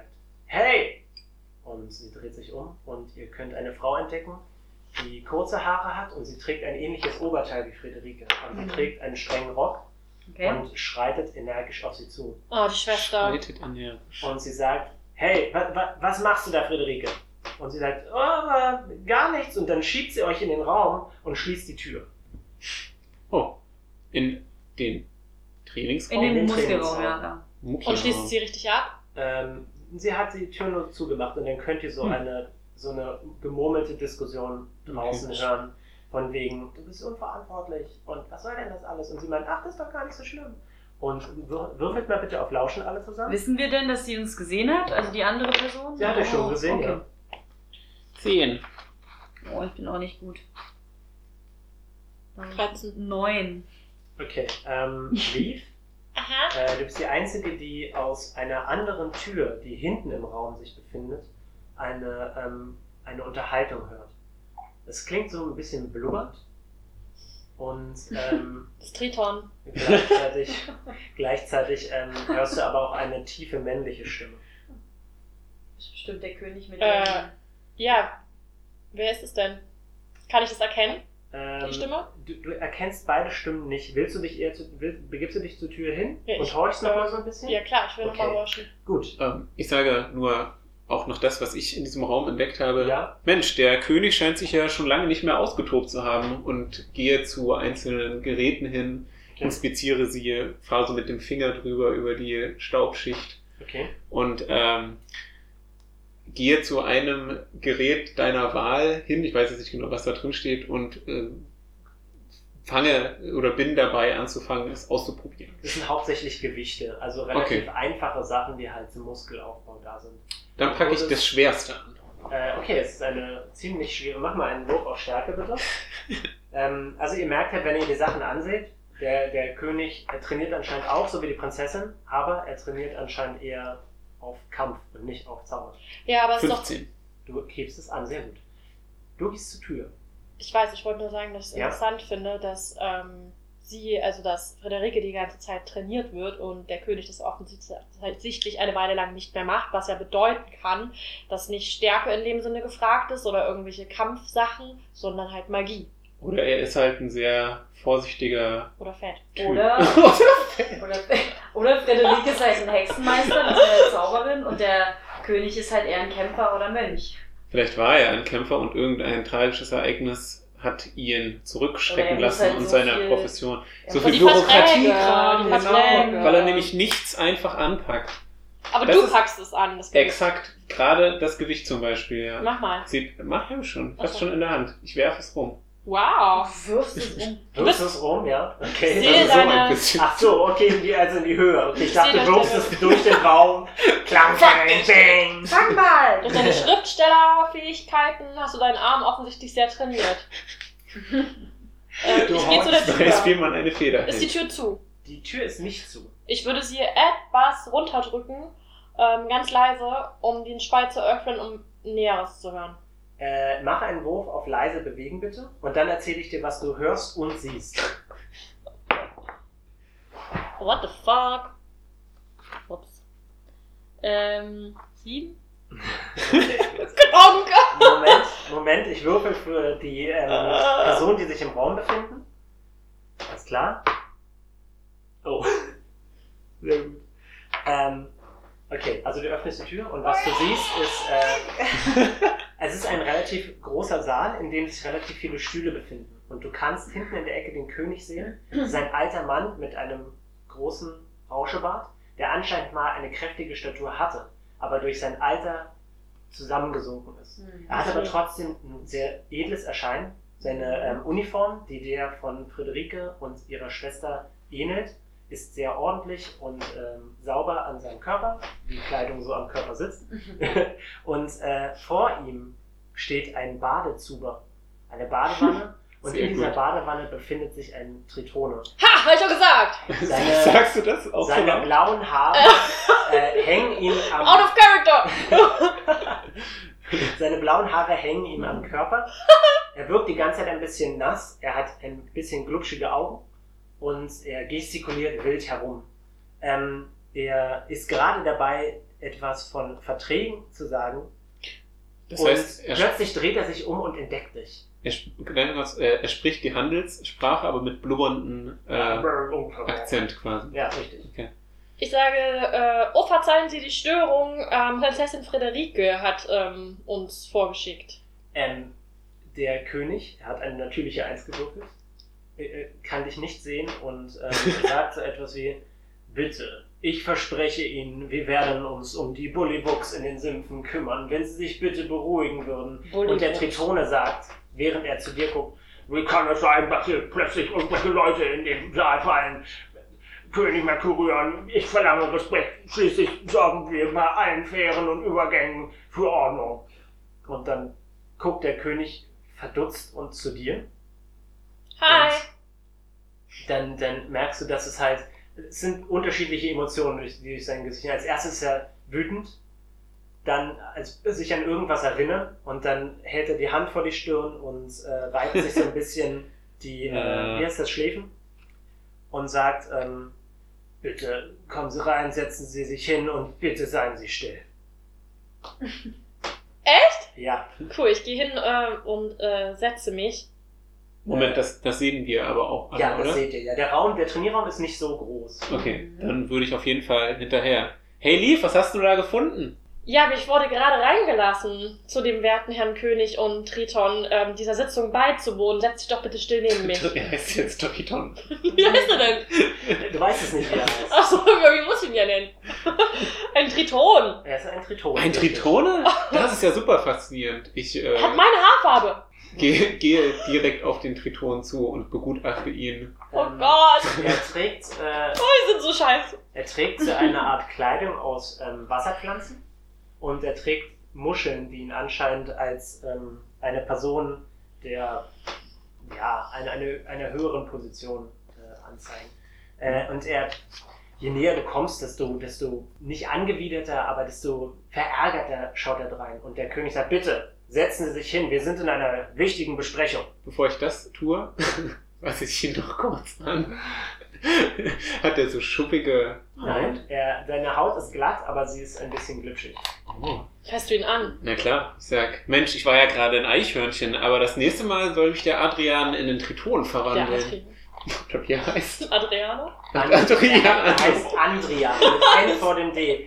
hey! Und sie dreht sich um und ihr könnt eine Frau entdecken, die kurze Haare hat und sie trägt ein ähnliches Oberteil wie Friederike. Und sie trägt einen strengen Rock und schreitet energisch auf sie zu. Oh, die Schwester. Schreitet energisch. Und sie sagt, hey, was machst du da, Friederike? Und sie sagt, oh, gar nichts. Und dann schiebt sie euch in den Raum und schließt die Tür. Oh, in den Trainingsraum? In den Muskelraum, ja. Und schließt sie richtig ab? Sie hat die Tür nur zugemacht und dann könnt ihr so eine gemurmelte Diskussion draußen hören. Von wegen, du bist unverantwortlich und was soll denn das alles? Und sie meint, ach, das ist doch gar nicht so schlimm. Und würfelt mal bitte auf Lauschen alle zusammen. Wissen wir denn, dass sie uns gesehen hat? Also die andere Person? Sie hat euch schon gesehen, okay. Ja. 10. Oh, ich bin auch nicht gut. 13. 9. Okay, Liv, du bist die Einzige, die aus einer anderen Tür, die hinten im Raum sich befindet, eine Unterhaltung hört. Es klingt so ein bisschen blubbernd und das Triton. Gleichzeitig hörst du aber auch eine tiefe männliche Stimme. Das ist bestimmt der König mit Ja, wer ist es denn? Kann ich das erkennen? Die Stimme? Du erkennst beide Stimmen nicht. Begibst du dich zur Tür hin und horchst noch mal so ein bisschen? Ja klar, ich will noch mal horchen. Gut. Ich sage nur auch noch das, was ich in diesem Raum entdeckt habe. Ja? Mensch, der König scheint sich ja schon lange nicht mehr ausgetobt zu haben und gehe zu einzelnen Geräten hin, inspiziere sie, fahre so mit dem Finger drüber über die Staubschicht und gehe zu einem Gerät deiner Wahl hin, ich weiß jetzt nicht genau, was da drin steht, und bin dabei anzufangen, es auszuprobieren. Das sind hauptsächlich Gewichte, also relativ einfache Sachen, die halt zum Muskelaufbau da sind. Dann packe ich das Schwerste an. Okay, es ist eine ziemlich schwere, mach mal einen Wurf auf Stärke bitte. Also ihr merkt halt, wenn ihr die Sachen anseht, der König trainiert anscheinend auch, so wie die Prinzessin, aber er trainiert anscheinend eher auf Kampf und nicht auf Zauber. Ja, aber 15. Du hebst es an, sehr gut. Du gehst zur Tür. Ich weiß, ich wollte nur sagen, dass ich es interessant finde, dass dass Friederike die ganze Zeit trainiert wird und der König das offensichtlich eine Weile lang nicht mehr macht, was ja bedeuten kann, dass nicht Stärke in dem Sinne gefragt ist oder irgendwelche Kampfsachen, sondern halt Magie. Oder er ist halt ein sehr vorsichtiger oder fett. Typ. Oder Friederike ist halt ein Hexenmeister, also eine Zauberin, und der König ist halt eher ein Kämpfer oder Mönch. Vielleicht war er ein Kämpfer und irgendein tragisches Ereignis hat ihn zurückschrecken lassen halt und so seiner viel, Profession. Ja, so viel Bürokratiekram, genau, weil er nämlich nichts einfach anpackt. Aber das du packst es an, das Gewicht. Exakt, gerade das Gewicht zum Beispiel. Ja. Mach mal. Mach ja schon, fast schon in der Hand. Ich werfe es rum. Wow. Du wirfst es rum. Wirfst es rum, ja? Okay. Ich sehe deine... Ach so, okay, also in die Höhe. Okay, ich dachte, du wirfst es durch den Raum. Klang, bang. Fang mal! Durch deine Schriftstellerfähigkeiten hast du deinen Arm offensichtlich sehr trainiert. Ich gehe zu der Tür. Weiß, wie man eine Feder Ist die Tür zu? Die Tür ist nicht zu. Ich würde sie etwas runterdrücken, ganz leise, um den Spalt zu öffnen, um Näheres zu hören. Mach einen Wurf auf leise bewegen, bitte. Und dann erzähle ich dir, was du hörst und siehst. What the fuck? Ups. 7? Moment, ich würfel für die Personen, die sich im Raum befinden. Alles klar? Oh. Sehr gut. Okay, also du öffnest die Tür und was du siehst ist, es ist ein relativ großer Saal, in dem sich relativ viele Stühle befinden. Und du kannst hinten in der Ecke den König sehen. Das ist ein alter Mann mit einem großen Rauschebart, der anscheinend mal eine kräftige Statur hatte, aber durch sein Alter zusammengesunken ist. Er hat aber trotzdem ein sehr edles Erscheinen. Seine Uniform, die der von Friederike und ihrer Schwester ähnelt, ist sehr ordentlich und sauber an seinem Körper, wie die Kleidung so am Körper sitzt. Und vor ihm steht ein Badezuber, eine Badewanne. Und in dieser Badewanne befindet sich ein Tritone. Ha, hab ich doch gesagt! Sagst du das auch seine so blauen Haare hängen ihm am... Out of character! Seine blauen Haare hängen ihm am Körper. Er wirkt die ganze Zeit ein bisschen nass. Er hat ein bisschen glubschige Augen. Und er gestikuliert wild herum. Er ist gerade dabei, etwas von Verträgen zu sagen. Das heißt, plötzlich dreht er sich um und entdeckt dich. Er spricht die Handelssprache, aber mit blubberndem Akzent quasi. Ja, richtig. Okay. Ich sage, verzeihen Sie die Störung, Prinzessin Friederike hat uns vorgeschickt. Der König hat eine natürliche 1 gewürfelt, kann dich nicht sehen und sagt so etwas wie, bitte, ich verspreche Ihnen, wir werden uns um die Bullywuchs in den Sümpfen kümmern, wenn Sie sich bitte beruhigen würden. Und der Tritone sagt, während er zu dir guckt, wie kann es sein, dass hier plötzlich irgendwelche Leute in den Saal fallen? König Merkurion, ich verlange Respekt, schließlich sorgen wir bei allen Fähren und Übergängen für Ordnung. Und dann guckt der König verdutzt und zu dir. Hi! Und dann merkst du, dass es sind unterschiedliche Emotionen, die durch sein Gesicht. Als erstes ist er wütend, dann als sich an irgendwas erinnert und dann hält er die Hand vor die Stirn und reibt sich so ein bisschen wie heißt das, Schläfen und sagt, bitte kommen Sie rein, setzen Sie sich hin und bitte seien Sie still. Echt? Ja. Cool, ich gehe hin und setze mich. Moment, das sehen wir aber auch alle, ja, das oder? Seht ihr. Ja, der Turnierraum ist nicht so groß. Okay, dann würde ich auf jeden Fall hinterher. Hey Liv, was hast du da gefunden? Ja, ich wurde gerade reingelassen zu dem werten Herrn König und Triton dieser Sitzung beizuwohnen. Setz dich doch bitte still neben mich. Er heißt jetzt Triton. Wie heißt er denn? Du weißt es nicht, wie er heißt. Achso, wie muss ich ihn ja nennen? Ein Triton. Er ist ein Triton. Ein Tritone? Das ist ja super faszinierend. Er hat meine Haarfarbe. Gehe direkt auf den Triton zu und begutachte ihn. Oh Gott! Er trägt... die sind so scheiße. Er trägt so eine Art Kleidung aus Wasserpflanzen und er trägt Muscheln, die ihn anscheinend als eine Person der einer höheren Position anzeigen. Und je näher du kommst, desto nicht angewiderter, aber desto verärgerter schaut er drein. Und der König sagt, bitte, setzen Sie sich hin, wir sind in einer wichtigen Besprechung. Bevor ich das tue, was ich ihn noch kurz an, hat er so schuppige Haut? Nein, seine Haut ist glatt, aber sie ist ein bisschen glitschig. Oh. Fasst du ihn an? Na klar, ich sag, Mensch, ich war ja gerade ein Eichhörnchen, aber das nächste Mal soll mich der Adrian in den Triton verwandeln. Oder wie er heißt? Adriano? Adrian. Er heißt Andrian, mit N vor dem D.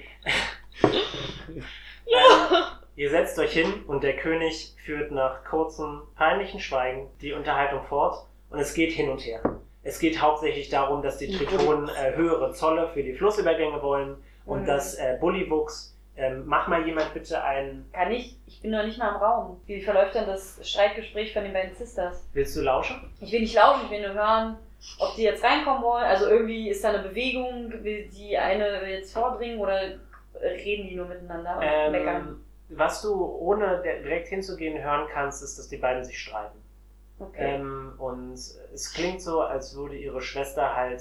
Ihr setzt euch hin und der König führt nach kurzem, peinlichen Schweigen die Unterhaltung fort und es geht hin und her. Es geht hauptsächlich darum, dass die Tritonen höhere Zolle für die Flussübergänge wollen und dass Bullywuchs, mach mal jemand bitte einen... Kann ich? Ich bin noch nicht mal im Raum. Wie verläuft denn das Streitgespräch von den beiden Sisters? Willst du lauschen? Ich will nicht lauschen, ich will nur hören, ob die jetzt reinkommen wollen. Also irgendwie ist da eine Bewegung, will die eine jetzt vordringen oder reden die nur miteinander und meckern? Was du ohne direkt hinzugehen hören kannst, ist, dass die beiden sich streiten. Okay. Und es klingt so, als würde ihre Schwester halt...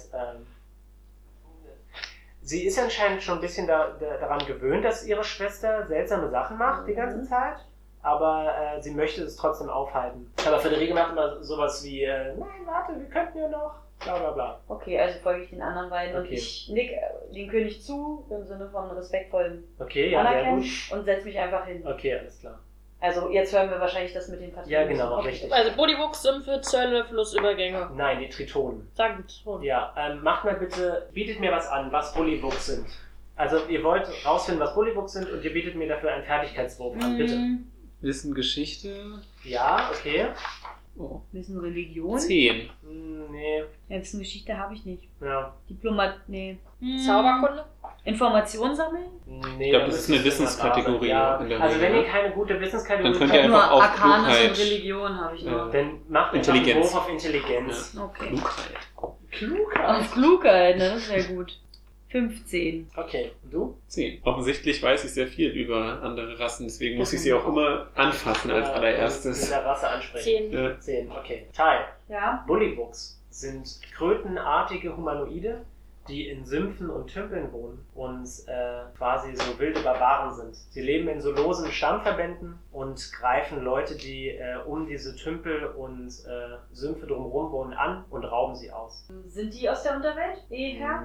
sie ist anscheinend schon ein bisschen daran gewöhnt, dass ihre Schwester seltsame Sachen macht die ganze Zeit, aber sie möchte es trotzdem aufhalten. Aber Friederike macht immer sowas wie, nein, warte, wir könnten ja noch, bla bla bla. Okay, also folge ich den anderen beiden und ich nick den König zu, im Sinne von respektvollen Anerkennen und setze mich einfach hin. Okay, alles klar. Also jetzt hören wir wahrscheinlich das mit den Verträgen. Ja, genau, richtig. Also Bullywuchs, Sümpfe, Zölle, Flussübergänge. Nein, die Tritonen. Sagen Tritonen. Ja, macht mal bitte, bietet mir was an, was Bullywuchs sind. Also ihr wollt rausfinden, was Bullywuchs sind und ihr bietet mir dafür einen Fertigkeitswurf an, bitte. Wissen, Geschichte? Ja, okay. Oh. Wissen, Religion? 10. Nee. Ja, Wissen, Geschichte habe ich nicht. Ja. Nee. Zauberkunde? Informationen sammeln? Nee, ich glaube, das ist eine Wissenskategorie. Ja. In der also Regel. wenn ihr keine gute Wissenskategorie dann könnt ihr nur einfach auf Arcanis Klugheit. und Religion habe ich noch. Dann macht einfach einen Wurf auf Intelligenz. Ja. Okay. Klugheit. Auf Klugheit, ne? Das wäre gut. 15. Okay, und du? 10. Offensichtlich weiß ich sehr viel über andere Rassen, deswegen muss ich sie auch immer anfassen als allererstes. Mit der Rasse ansprechen. 10. Ja. 10, okay. Tai. Ja? Bullywuchs sind krötenartige Humanoide, die in Sümpfen und Tümpeln wohnen und quasi so wilde Barbaren sind. Sie leben in so losen Stammverbänden und greifen Leute, die um diese Tümpel und Sümpfe drumherum wohnen, an und rauben sie aus. Sind die aus der Unterwelt, die Herr? Nein.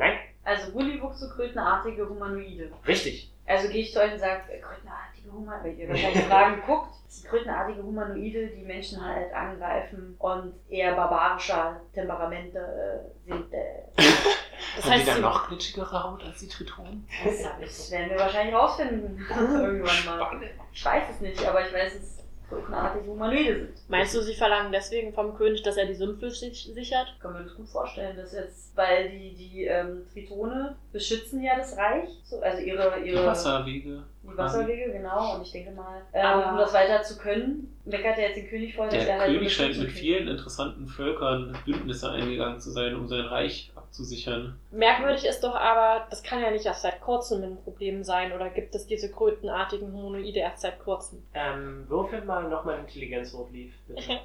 Also Bullywuchse, krötenartige Humanoide. Richtig. Also gehe ich zu euch und sage, krötenartige Humanoide, weil ihr wahrscheinlich Fragen guckt. Das sind krötenartige Humanoide, die Menschen halt angreifen und eher barbarischer Temperamente sind. Das heißt, die dann noch glitschigere Haut als die Tritonen? Das werden wir wahrscheinlich rausfinden. Irgendwann mal. Spannend. Ich weiß es nicht, aber ich weiß, dass es krötenartige Humanoide sind. Meinst du, sie verlangen deswegen vom König, dass er die Sümpfe sichert? Ich kann mir das gut vorstellen, dass jetzt, weil die Tritone beschützen ja das Reich, also ihre die Wasserwege. Die Wasserwege, genau. Und ich denke mal, um das weiter zu können, meckert er jetzt den König vor, dass er halt... Der König scheint mit vielen interessanten Völkern Bündnisse eingegangen zu sein, um sein Reich abzusichern. Merkwürdig ist doch aber, das kann ja nicht erst seit kurzem ein Problem sein, oder gibt es diese krötenartigen Humanoide erst seit kurzem? Würfel mal nochmal Intelligenzwurf, Lief, bitte.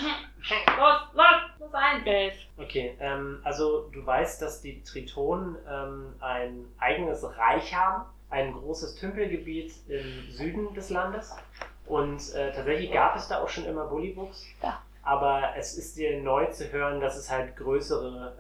Was ein? 11. Okay, also du weißt, dass die Tritonen ein eigenes Reich haben, ein großes Tümpelgebiet im Süden des Landes und tatsächlich gab es da auch schon immer Bullywuchs, aber es ist dir neu zu hören, dass es halt größere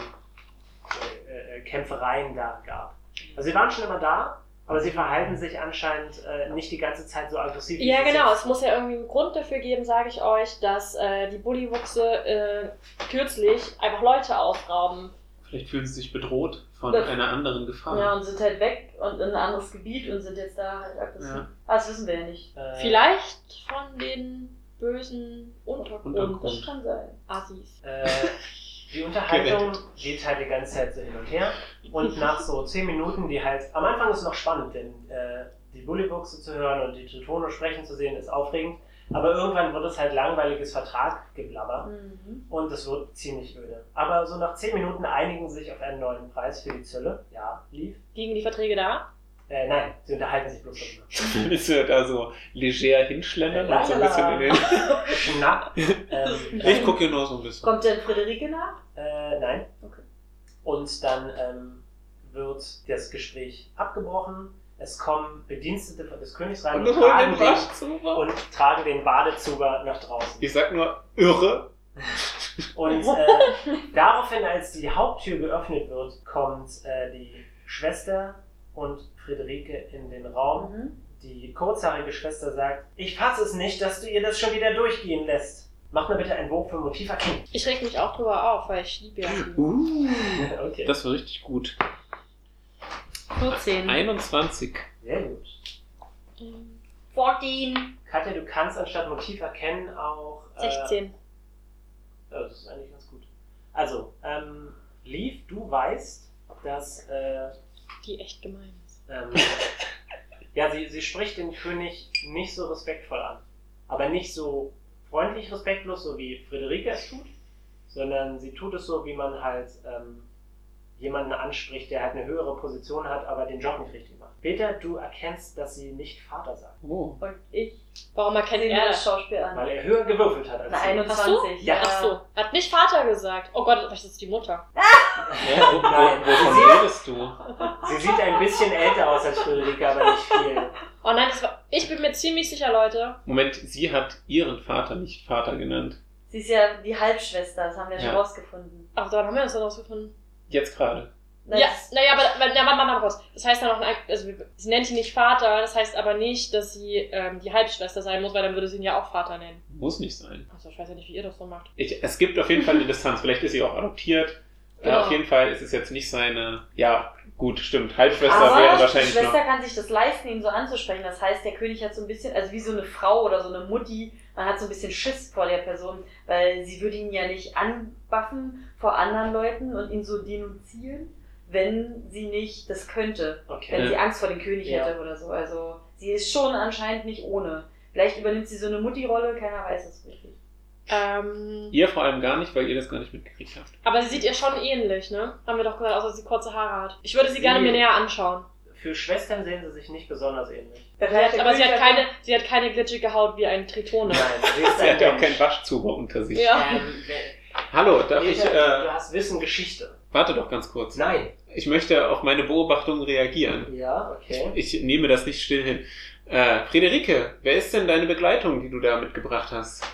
Kämpfereien da gab. Also sie waren schon immer da, aber sie verhalten sich anscheinend nicht die ganze Zeit so aggressiv. Ja, genau. Es muss ja irgendwie einen Grund dafür geben, sage ich euch, dass die Bullywuchse kürzlich einfach Leute ausrauben. Vielleicht fühlen sie sich bedroht von einer anderen Gefahr. Ja, und sind halt weg und in ein anderes Gebiet und sind jetzt da halt aggressiv. Ja. Aber das wissen wir ja nicht. Vielleicht von den bösen Untergrund. Das kann sein. Assis. Die Unterhaltung geht halt die ganze Zeit so hin und her und nach so 10 Minuten, die halt, am Anfang ist es noch spannend, denn die Bullywuchse zu hören und die Tritone sprechen zu sehen, ist aufregend, aber irgendwann wird es halt langweiliges Vertraggeblabber und es wird ziemlich öde. Aber so nach 10 Minuten einigen sie sich auf einen neuen Preis für die Zölle. Ja, Lief. Liegen die Verträge da? Nein, sie unterhalten sich bloß darüber. Dann ist er da so leger hinschlendern und so ein bisschen in den... Schnapp. Ich gucke hier nur so ein bisschen. Kommt denn Friederike nach? Nein. Okay. Und dann wird das Gespräch abgebrochen. Es kommen Bedienstete des Königs rein und tragen den Badezuber nach draußen. Ich sag nur, irre. Und daraufhin, als die Haupttür geöffnet wird, kommt die Schwester und Friederike in den Raum. Die kurzhaarige Schwester sagt, ich fasse es nicht, dass du ihr das schon wieder durchgehen lässt. Mach mir bitte einen Wurf für Motiv erkennen. Ich reg mich auch drüber auf, weil ich liebe ja. Okay. Das war richtig gut. 14. 21. Sehr gut. 14. Katja, du kannst anstatt Motiv erkennen auch... 16. Ja, das ist eigentlich ganz gut. Also, Lief, du weißt, dass... die echt gemein ist. Ja, sie spricht den König nicht so respektvoll an. Aber nicht so freundlich respektlos, so wie Friederike es tut, sondern sie tut es so, wie man halt jemanden anspricht, der halt eine höhere Position hat, aber den Job nicht richtig macht. Peter, du erkennst, dass sie nicht Vater sagt. Oh. Und ich? Warum erkennt er das Schauspiel an? Weil er höher gewürfelt hat als sie. 21. Ja. Ach so. Hat nicht Vater gesagt. Oh Gott, das ist die Mutter. Wovon redest du? Sie sieht ein bisschen älter aus als Friederike, aber nicht viel. Oh nein, ich bin mir ziemlich sicher, Leute. Moment, sie hat ihren Vater nicht Vater genannt. Sie ist ja die Halbschwester, das haben wir schon rausgefunden. Ach, daran haben wir das dann rausgefunden. Jetzt gerade. Ja, naja, aber mal kurz. Das heißt dann auch, also sie nennt ihn nicht Vater, das heißt aber nicht, dass sie die Halbschwester sein muss, weil dann würde sie ihn ja auch Vater nennen. Muss nicht sein. Also ich weiß ja nicht, wie ihr das so macht. Es gibt auf jeden Fall eine Distanz, vielleicht ist sie auch adoptiert. Genau. Auf jeden Fall ist es jetzt nicht seine, ja gut, stimmt, Halbschwester aber wäre wahrscheinlich die Schwester kann sich das leisten, ihn so anzusprechen. Das heißt, der König hat so ein bisschen, also wie so eine Frau oder so eine Mutti, man hat so ein bisschen Schiss vor der Person, weil sie würde ihn ja nicht anbaffen vor anderen Leuten und ihn so denunzieren, wenn sie nicht das könnte, wenn sie Angst vor dem König hätte oder so. Also sie ist schon anscheinend nicht ohne. Vielleicht übernimmt sie so eine Mutti-Rolle, keiner weiß es wirklich. Ihr vor allem gar nicht, weil ihr das gar nicht mitgekriegt habt. Aber sie sieht ihr schon ähnlich, ne? Haben wir doch gesagt, außer dass sie kurze Haare hat. Ich würde sie gerne mir näher anschauen. Für Schwestern sehen sie sich nicht besonders ähnlich. Aber sie hat keine glitschige Haut wie ein Tritone. Nein, sie hat ja auch keinen Waschzuber unter sich. Ja. Hallo, darf ich... Du hast Wissen Geschichte. Warte doch ganz kurz. Nein. Ich möchte auf meine Beobachtungen reagieren. Ja, okay. Ich nehme das nicht still hin. Friederike, wer ist denn deine Begleitung, die du da mitgebracht hast?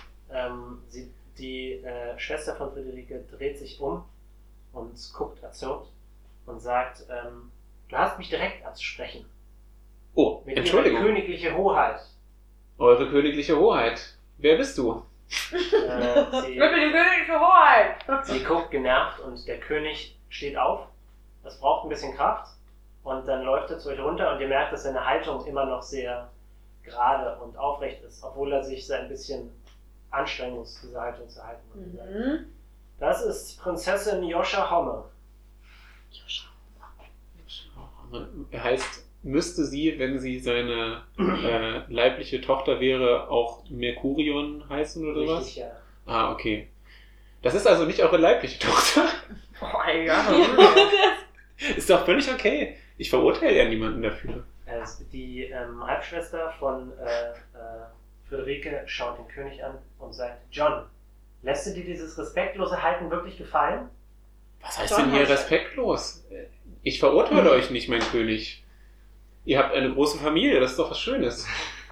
Die Schwester von Friederike dreht sich um und guckt erzürnt und sagt, du hast mich direkt anzusprechen. Oh, Entschuldigung. Ihre königliche Hoheit. Eure königliche Hoheit. Wer bist du? Ich bin die königliche Hoheit. Sie guckt genervt und der König steht auf. Das braucht ein bisschen Kraft. Und dann läuft er zu euch runter und ihr merkt, dass seine Haltung immer noch sehr gerade und aufrecht ist, obwohl er sich so ein bisschen anstrengen muss, diese Haltung zu halten. Mhm. Das ist Prinzessin Joscha Homme. Er heißt, müsste sie, wenn sie seine leibliche Tochter wäre, auch Mercurion heißen oder sowas? Richtig, ja. Ah, okay. Das ist also nicht eure leibliche Tochter? Oh, ja. Ist doch völlig okay. Ich verurteile ja niemanden dafür. Die Halbschwester von Friederike schaut den König an und sagt, John, lässt du dir dieses respektlose Halten wirklich gefallen? Was heißt denn hier respektlos? Ich verurteile euch nicht, mein König. Ihr habt eine große Familie, das ist doch was Schönes.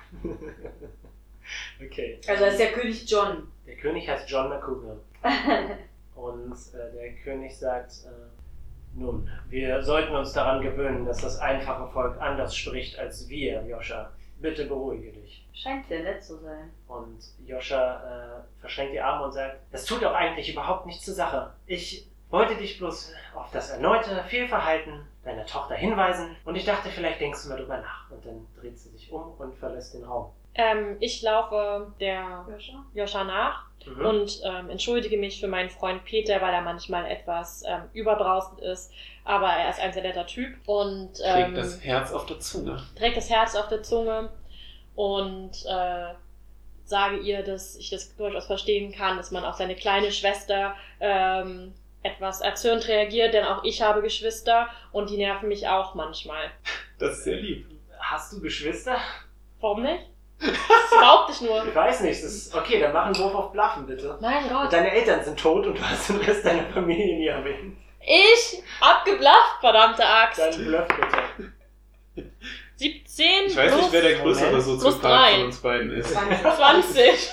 Okay. Also ist der König John. Der König heißt John Mercurion. Und der König sagt, nun, wir sollten uns daran gewöhnen, dass das einfache Volk anders spricht als wir, Joscha. Bitte beruhige dich. Scheint sehr nett zu sein. Und Joscha verschränkt die Arme und sagt, das tut doch eigentlich überhaupt nichts zur Sache. Ich wollte dich bloß auf das erneute Fehlverhalten deiner Tochter hinweisen und ich dachte, vielleicht denkst du mal drüber nach. Und dann dreht sie sich um und verlässt den Raum. Ich laufe der Joscha nach und entschuldige mich für meinen Freund Peter, weil er manchmal etwas überbrausend ist, aber er ist ein sehr netter Typ und trägt das Herz auf der Zunge. Und sage ihr, dass ich das durchaus verstehen kann, dass man auf seine kleine Schwester etwas erzürnt reagiert, denn auch ich habe Geschwister und die nerven mich auch manchmal. Das ist sehr lieb. Hast du Geschwister? Warum nicht? Das behaupte ich nur. Ich weiß nicht. Okay, dann mach einen Wurf auf Bluffen, bitte. Mein Gott. Deine Eltern sind tot und du hast den Rest deiner Familie nie erwähnt. Ich hab geblufft, verdammte Axt. Dann bluff bitte. 17 Ich weiß nicht, wer der größere Soziopath von uns beiden ist. 20.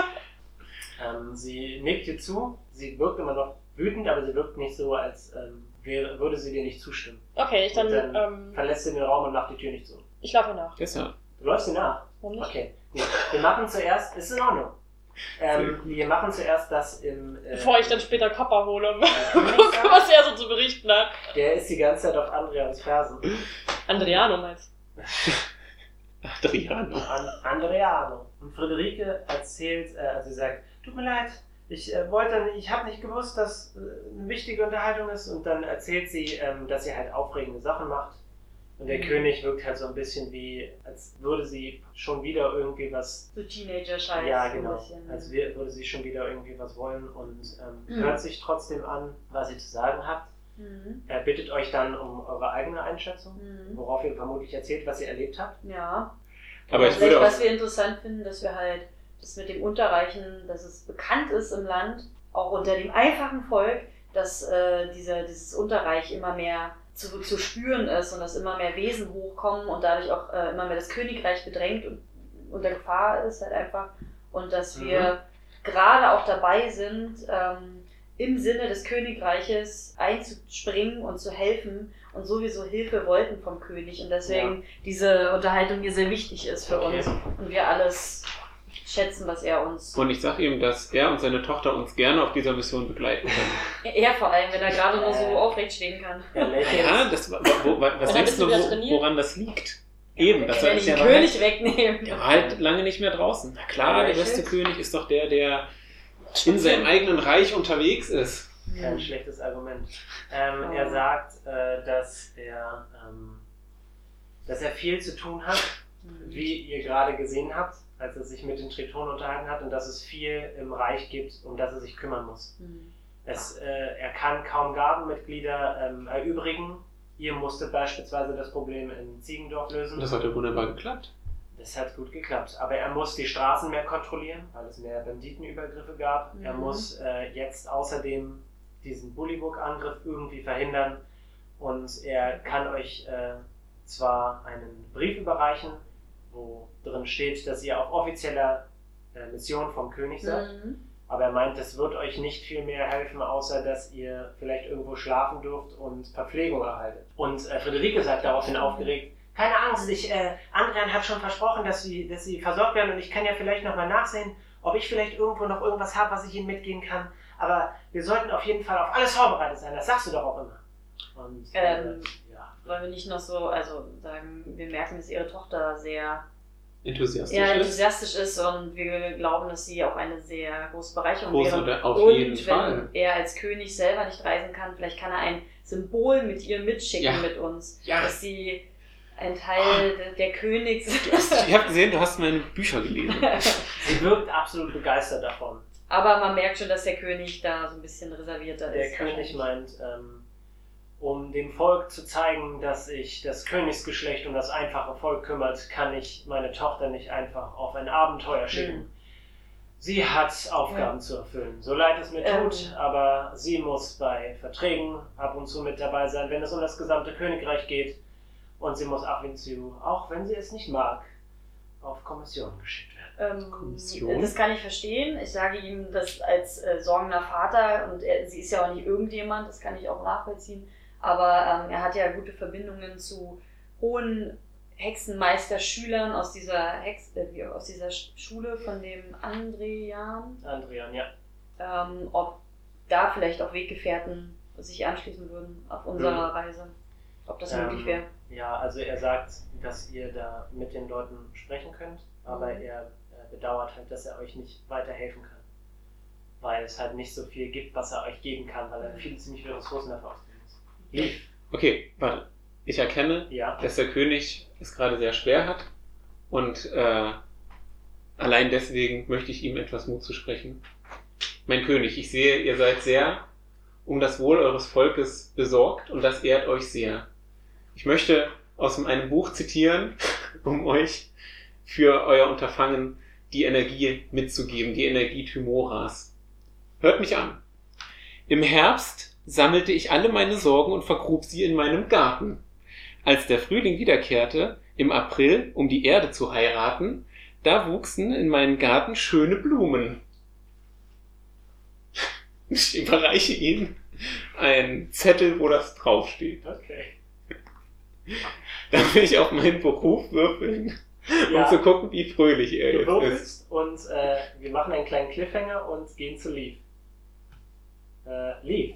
Sie nickt dir zu. Sie wirkt immer noch wütend, aber sie wirkt nicht so, als würde sie dir nicht zustimmen. Okay, dann verlässt sie den Raum und macht die Tür nicht zu. Ich laufe nach. Deshalb. Du läufst ihr nach? Warum nicht? Okay, gut. Wir machen zuerst, ist in Ordnung. Wir machen zuerst das im... Bevor ich dann später Copper hole und gucke, was er so zu berichten hat. Der ist die ganze Zeit auf Andrians Fersen. Andriano meinst du? Andriano. Und Friederike erzählt, sie sagt, tut mir leid, ich habe nicht gewusst, dass eine wichtige Unterhaltung ist. Und dann erzählt sie, dass sie halt aufregende Sachen macht. Und der König wirkt halt so ein bisschen wie, als würde sie schon wieder irgendwie was... So Teenager-Scheiß. Ja, genau. Als würde sie schon wieder irgendwie was wollen und hört sich trotzdem an, was sie zu sagen hat. Er bittet euch dann um eure eigene Einschätzung, worauf ihr vermutlich erzählt, was ihr erlebt habt. Ja. Aber was wir interessant finden, dass wir halt das mit dem Unterreichen, dass es bekannt ist im Land, auch unter dem einfachen Volk, dass dieses Unterreich immer mehr zu spüren ist und dass immer mehr Wesen hochkommen und dadurch auch immer mehr das Königreich bedrängt und unter Gefahr ist halt einfach. Und dass wir gerade auch dabei sind, im Sinne des Königreiches einzuspringen und zu helfen und sowieso Hilfe wollten vom König. Und deswegen diese Unterhaltung hier sehr wichtig ist für uns und wir alles schätzen, was er uns... Und ich sage ihm, dass er und seine Tochter uns gerne auf dieser Mission begleiten können. Er vor allem, wenn er gerade nur so aufrecht stehen kann. Ja, was denkst du, woran das liegt? Eben, das soll ich ja den König wegnehmen. Der war halt lange nicht mehr draußen. Na klar, der beste König ist doch der in seinem eigenen Reich unterwegs ist. Kein schlechtes Argument. Er sagt, dass er viel zu tun hat, wie ihr gerade gesehen habt, als er sich mit den Tritonen unterhalten hat und dass es viel im Reich gibt, um das er sich kümmern muss. Er kann kaum Gardenmitglieder erübrigen. Ihr musstet beispielsweise das Problem in Ziegendorf lösen. Das hat ja wunderbar geklappt. Das hat gut geklappt. Aber er muss die Straßen mehr kontrollieren, weil es mehr Banditenübergriffe gab. Er muss jetzt außerdem diesen Bullywug-Angriff irgendwie verhindern. Und er kann euch zwar einen Brief überreichen, wo drin steht, dass ihr auf offizieller Mission vom König seid. Aber er meint, das wird euch nicht viel mehr helfen, außer dass ihr vielleicht irgendwo schlafen dürft und Verpflegung erhaltet. Und Friederike sagt daraufhin aufgeregt, keine Angst, Adrian hat schon versprochen, dass sie versorgt werden und ich kann ja vielleicht nochmal nachsehen, ob ich vielleicht irgendwo noch irgendwas habe, was ich ihnen mitgeben kann. Aber wir sollten auf jeden Fall auf alles vorbereitet sein, das sagst du doch auch immer. Und, wollen wir nicht noch so, sagen, wir merken, dass ihre Tochter sehr enthusiastisch ist und wir glauben, dass sie auch eine sehr große Bereicherung wäre. Auf jeden Fall. Wenn er als König selber nicht reisen kann, vielleicht kann er ein Symbol mit ihr mitschicken mit uns, dass sie ein Teil der Königs... Ich habe gesehen, du hast meine Bücher gelesen. Sie wirkt absolut begeistert davon. Aber man merkt schon, dass der König da so ein bisschen reservierter ist. Der König meint, um dem Volk zu zeigen, dass sich das Königsgeschlecht um das einfache Volk kümmert, kann ich meine Tochter nicht einfach auf ein Abenteuer schicken. Sie hat Aufgaben zu erfüllen. So leid es mir tut, aber sie muss bei Verträgen ab und zu mit dabei sein, wenn es um das gesamte Königreich geht. Und sie muss ab und zu, auch wenn sie es nicht mag, auf Kommission geschickt werden. Das kann ich verstehen. Ich sage ihm das als sorgender Vater und sie ist ja auch nicht irgendjemand, das kann ich auch nachvollziehen. Aber er hat ja gute Verbindungen zu hohen Hexenmeisterschülern aus dieser Schule von dem Andrian, ja. Ob da vielleicht auch Weggefährten sich anschließen würden auf unserer Reise. Ob das möglich wäre. Ja, also er sagt, dass ihr da mit den Leuten sprechen könnt, aber er bedauert halt, dass er euch nicht weiterhelfen kann. Weil es halt nicht so viel gibt, was er euch geben kann, weil er ziemlich viele Ressourcen dafür ausgeben muss. Okay, warte. Ich erkenne, dass der König es gerade sehr schwer hat und allein deswegen möchte ich ihm etwas Mut zu sprechen. Mein König, ich sehe, ihr seid sehr um das Wohl eures Volkes besorgt und das ehrt euch sehr. Ich möchte aus einem Buch zitieren, um euch für euer Unterfangen die Energie mitzugeben, die Energie Tymoras. Hört mich an. Im Herbst sammelte ich alle meine Sorgen und vergrub sie in meinem Garten. Als der Frühling wiederkehrte, im April, um die Erde zu heiraten, da wuchsen in meinem Garten schöne Blumen. Ich überreiche Ihnen einen Zettel, wo das draufsteht. Okay. Da will ich auf meinen Beruf würfeln, um zu gucken, wie fröhlich er jetzt ist. Und wir machen einen kleinen Cliffhanger und gehen zu Leaf. Leaf,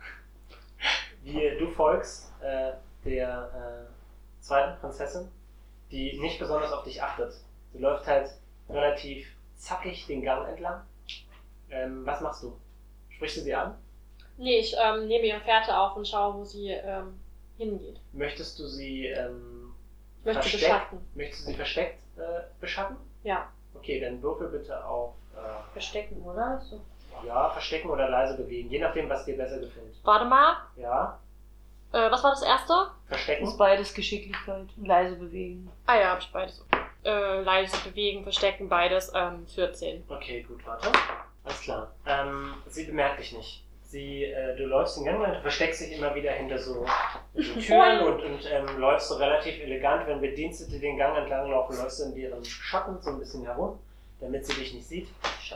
du folgst der zweiten Prinzessin, die nicht besonders auf dich achtet. Sie läuft halt relativ zackig den Gang entlang. Was machst du? Sprichst du sie an? Nee, ich nehme ihre Fährte auf und schaue, wo sie hingeht. Möchtest du sie beschatten? Möchtest du sie versteckt beschatten? Ja. Okay, dann würfel bitte auf... Verstecken, oder? So. Ja, verstecken oder leise bewegen, je nachdem, was dir besser gefällt. Warte mal. Ja. Was war das erste? Verstecken. Das ist beides Geschicklichkeit. Leise bewegen. Ah ja, hab ich beides. Leise bewegen, verstecken, beides 14. Okay, gut, warte. Alles klar. Sie bemerkt dich nicht. Du läufst den Gang lang, du versteckst dich immer wieder hinter so Türen und läufst so relativ elegant, wenn Bedienstete den Gang entlang laufen, läufst du in deren Schatten so ein bisschen herum, damit sie dich nicht sieht.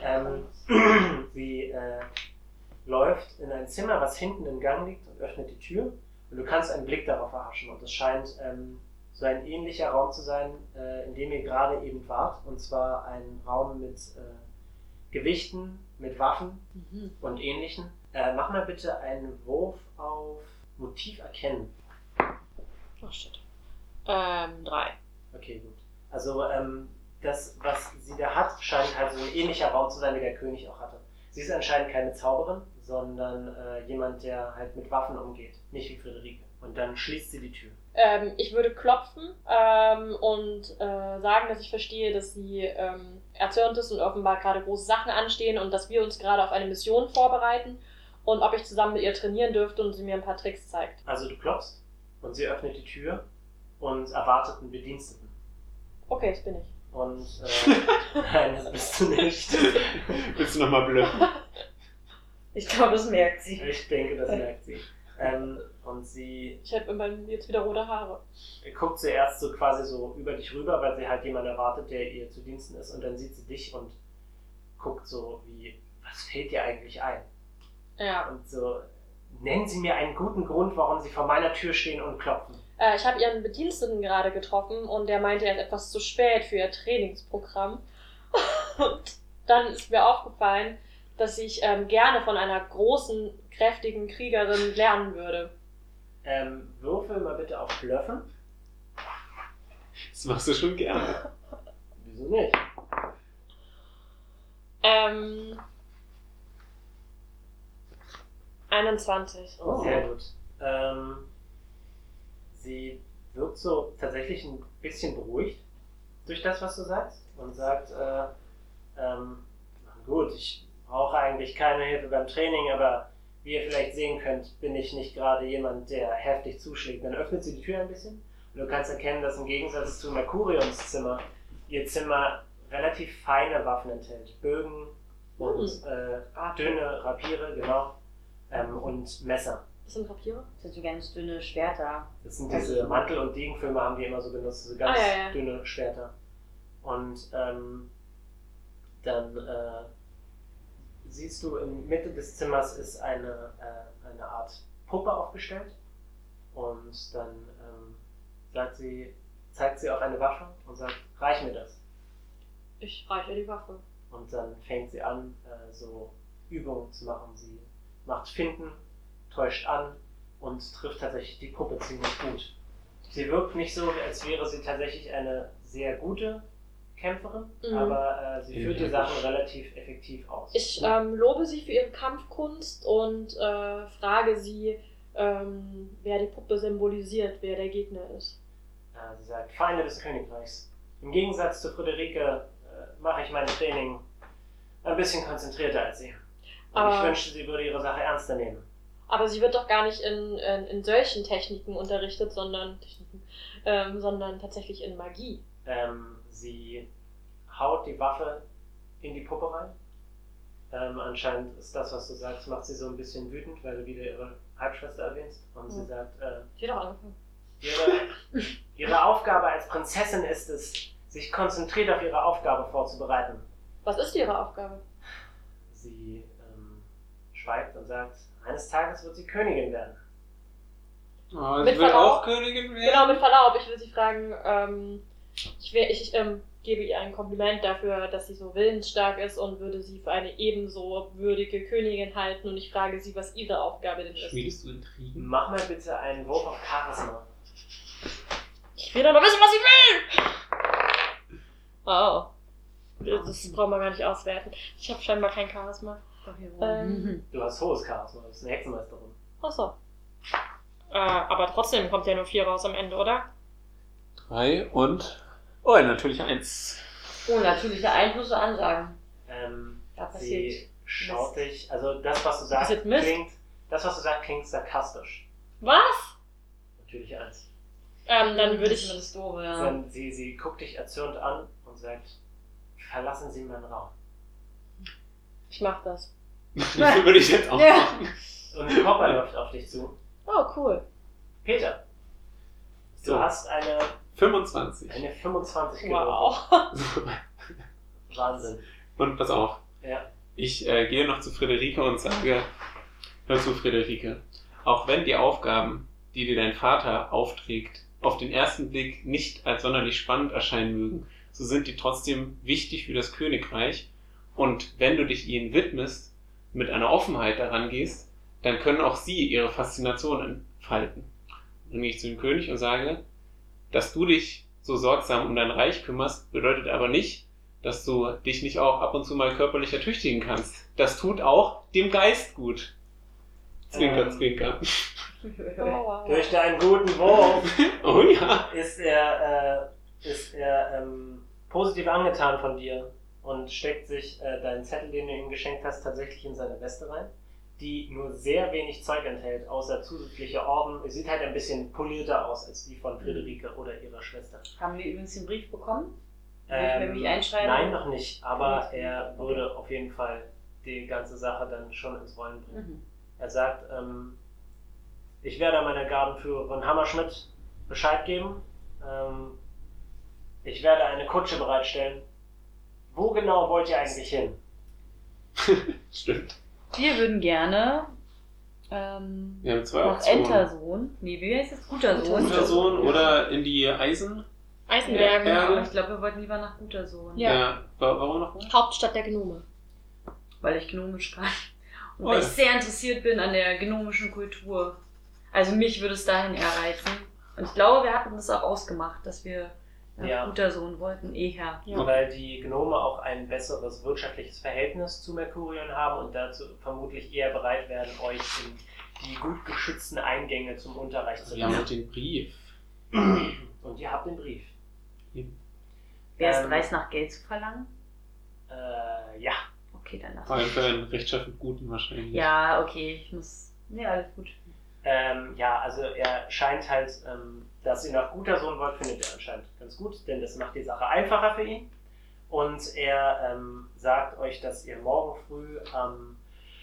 Sie läuft in ein Zimmer, was hinten im Gang liegt und öffnet die Tür und du kannst einen Blick darauf erhaschen und es scheint so ein ähnlicher Raum zu sein, in dem ihr gerade eben wart, und zwar ein Raum mit Gewichten, mit Waffen und Ähnlichem. Mach mal bitte einen Wurf auf Motiv erkennen. Oh shit. 3. Okay, gut. Also das, was sie da hat, scheint halt so ein ähnlicher Raum zu sein, wie der König auch hatte. Sie ist anscheinend keine Zauberin, sondern jemand, der halt mit Waffen umgeht. Nicht wie Friederike. Und dann schließt sie die Tür. Ich würde klopfen und sagen, dass ich verstehe, dass sie erzürnt ist und offenbar gerade große Sachen anstehen und dass wir uns gerade auf eine Mission vorbereiten und ob ich zusammen mit ihr trainieren dürfte und sie mir ein paar Tricks zeigt. Also du klopfst und sie öffnet die Tür und erwartet einen Bediensteten. Okay, das bin ich. Und nein, das bist du nicht. Willst du nochmal blöffen? Ich glaube, das merkt sie. Ich denke, das merkt sie. Und sie... Ich habe jetzt wieder rote Haare. Guckt sie erst so quasi so über dich rüber, weil sie halt jemanden erwartet, der ihr zu Diensten ist. Und dann sieht sie dich und guckt so wie, was fällt dir eigentlich ein? Ja. Und so, nennen Sie mir einen guten Grund, warum Sie vor meiner Tür stehen und klopfen. Ich habe Ihren Bediensteten gerade getroffen und der meinte, er ist etwas zu spät für Ihr Trainingsprogramm. Und dann ist mir aufgefallen, dass ich gerne von einer großen, kräftigen Kriegerin lernen würde. Würfel mal bitte auf Bluffen. Das machst du schon gerne. Wieso nicht? 21. Oh, sehr gut. Sie wirkt so tatsächlich ein bisschen beruhigt durch das, was du sagst und sagt, gut, ich brauche eigentlich keine Hilfe beim Training, aber wie ihr vielleicht sehen könnt, bin ich nicht gerade jemand, der heftig zuschlägt. Dann öffnet sie die Tür ein bisschen und du kannst erkennen, dass im Gegensatz zu Mercurions Zimmer ihr Zimmer relativ feine Waffen enthält. Bögen und dünne Rapiere, genau, und Messer. Was sind Rapiere? Das sind so ganz dünne Schwerter. Das sind diese Mantel- und Degenfilme, haben die immer so benutzt, so ganz dünne Schwerter. Und dann siehst du, in Mitte des Zimmers ist eine Art Puppe aufgestellt und dann zeigt sie auf eine Waffe und sagt, reich mir das. Ich reiche die Waffe. Und dann fängt sie an, so Übungen zu machen. Sie macht Finten, täuscht an und trifft tatsächlich die Puppe ziemlich gut. Sie wirkt nicht so, als wäre sie tatsächlich eine sehr gute Kämpferin, aber sie führt die Sachen relativ effektiv aus. Ich lobe sie für ihre Kampfkunst und frage sie, wer die Puppe symbolisiert, wer der Gegner ist. Sie sagt, Feinde des Königreichs. Im Gegensatz zu Friederike mache ich mein Training ein bisschen konzentrierter als sie. Und ich wünschte, sie würde ihre Sache ernster nehmen. Aber sie wird doch gar nicht in solchen Techniken unterrichtet, sondern tatsächlich in Magie. Sie haut die Waffe in die Puppe rein. Anscheinend ist das, was du sagst, macht sie so ein bisschen wütend, weil du wieder ihre Halbschwester erwähnst. Und sie sagt, die hat auch angefangen. Ihre Aufgabe als Prinzessin ist es, sich konzentriert auf ihre Aufgabe vorzubereiten. Was ist ihre Aufgabe? Sie schweigt und sagt, eines Tages wird sie Königin werden. Oh, sie will auch Königin werden? Genau, mit Verlaub. Ich will sie fragen, ich gebe ihr ein Kompliment dafür, dass sie so willensstark ist und würde sie für eine ebenso würdige Königin halten. Und ich frage sie, was ihre Aufgabe denn ist. Schmiedest du Intrigen? Mach mal bitte einen Wurf auf Charisma. Ich will doch noch wissen, was ich will! Oh. Das brauchen wir gar nicht auswerten. Ich habe scheinbar kein Charisma. Du hast hohes Charisma, du bist eine Hexenmeisterin. Achso. Aber trotzdem kommt ja nur 4 raus am Ende, oder? 3 und... Oh, natürlich 1. Oh, natürlicher 1 musst du ansagen. Sie schaut dich, also das, was du sagst, klingt sarkastisch. Was? Natürlich 1. Dann würde ich... Das doofe, ja. Sie guckt dich erzürnt an und sagt, verlassen Sie meinen Raum. Ich mach das. Das würde ich jetzt auch machen. Und Hopper läuft auf dich zu. Oh, cool. Peter, du hast eine 25. Eine 25 gewürfelt. Wow. Wahnsinn. Und pass auf. Ja. Ich gehe noch zu Friederike und sage, hör zu, Friederike, auch wenn die Aufgaben, die dir dein Vater aufträgt, auf den ersten Blick nicht als sonderlich spannend erscheinen mögen, so sind die trotzdem wichtig für das Königreich. Und wenn du dich ihnen widmest, mit einer Offenheit daran gehst, dann können auch sie ihre Faszination entfalten. Dann gehe ich zu dem König und sage, dass du dich so sorgsam um dein Reich kümmerst, bedeutet aber nicht, dass du dich nicht auch ab und zu mal körperlich ertüchtigen kannst. Das tut auch dem Geist gut. Zwinker, zwinker. Durch deinen guten Wurf oh ja. ist er positiv angetan von dir und steckt sich deinen Zettel, den du ihm geschenkt hast, tatsächlich in seine Weste rein, die nur sehr wenig Zeug enthält, außer zusätzliche Orden. Es sieht halt ein bisschen polierter aus als die von Friederike oder ihrer Schwester. Haben wir übrigens den Brief bekommen? Wenn ich mich einschreibe? Nein, noch nicht, aber er würde auf jeden Fall die ganze Sache dann schon ins Rollen bringen. Er sagt, ich werde meiner Gardenführerin Hammerschmidt Bescheid geben. Ich werde eine Kutsche bereitstellen. Wo genau wollt ihr eigentlich hin? Stimmt. Wir würden gerne wir haben 2 nach Optionen. Entersohn. Nee, wie heißt das? Gutersohn. Gutersohn oder in die Eisenberge. Ja, ich glaube, wir wollten lieber nach Gutersohn. Ja. Warum noch mal? Hauptstadt der Gnome. Weil ich gnomisch kann. Und weil ich sehr interessiert bin an der gnomischen Kultur. Also mich würde es dahin eher reizen. Und ich glaube, wir hatten das auch ausgemacht, dass wir nach Gutersohn wollten, eher. Ja. Weil die Gnome auch ein besseres wirtschaftliches Verhältnis zu Merkurion haben und dazu vermutlich eher bereit werden, euch in die gut geschützten Eingänge zum Unterreich zu lassen. Ja, mit dem Brief. Und ihr habt den Brief. Wäre es dreist, nach Geld zu verlangen? Ja. Okay, dann lass Vor allem für einen rechtschaffend Guten wahrscheinlich. Ja, okay, ich muss... Nee, alles gut. Also er scheint halt, dass ihr nach Gutersohn wollt, findet er anscheinend ganz gut, denn das macht die Sache einfacher für ihn. Und er sagt euch, dass ihr morgen früh am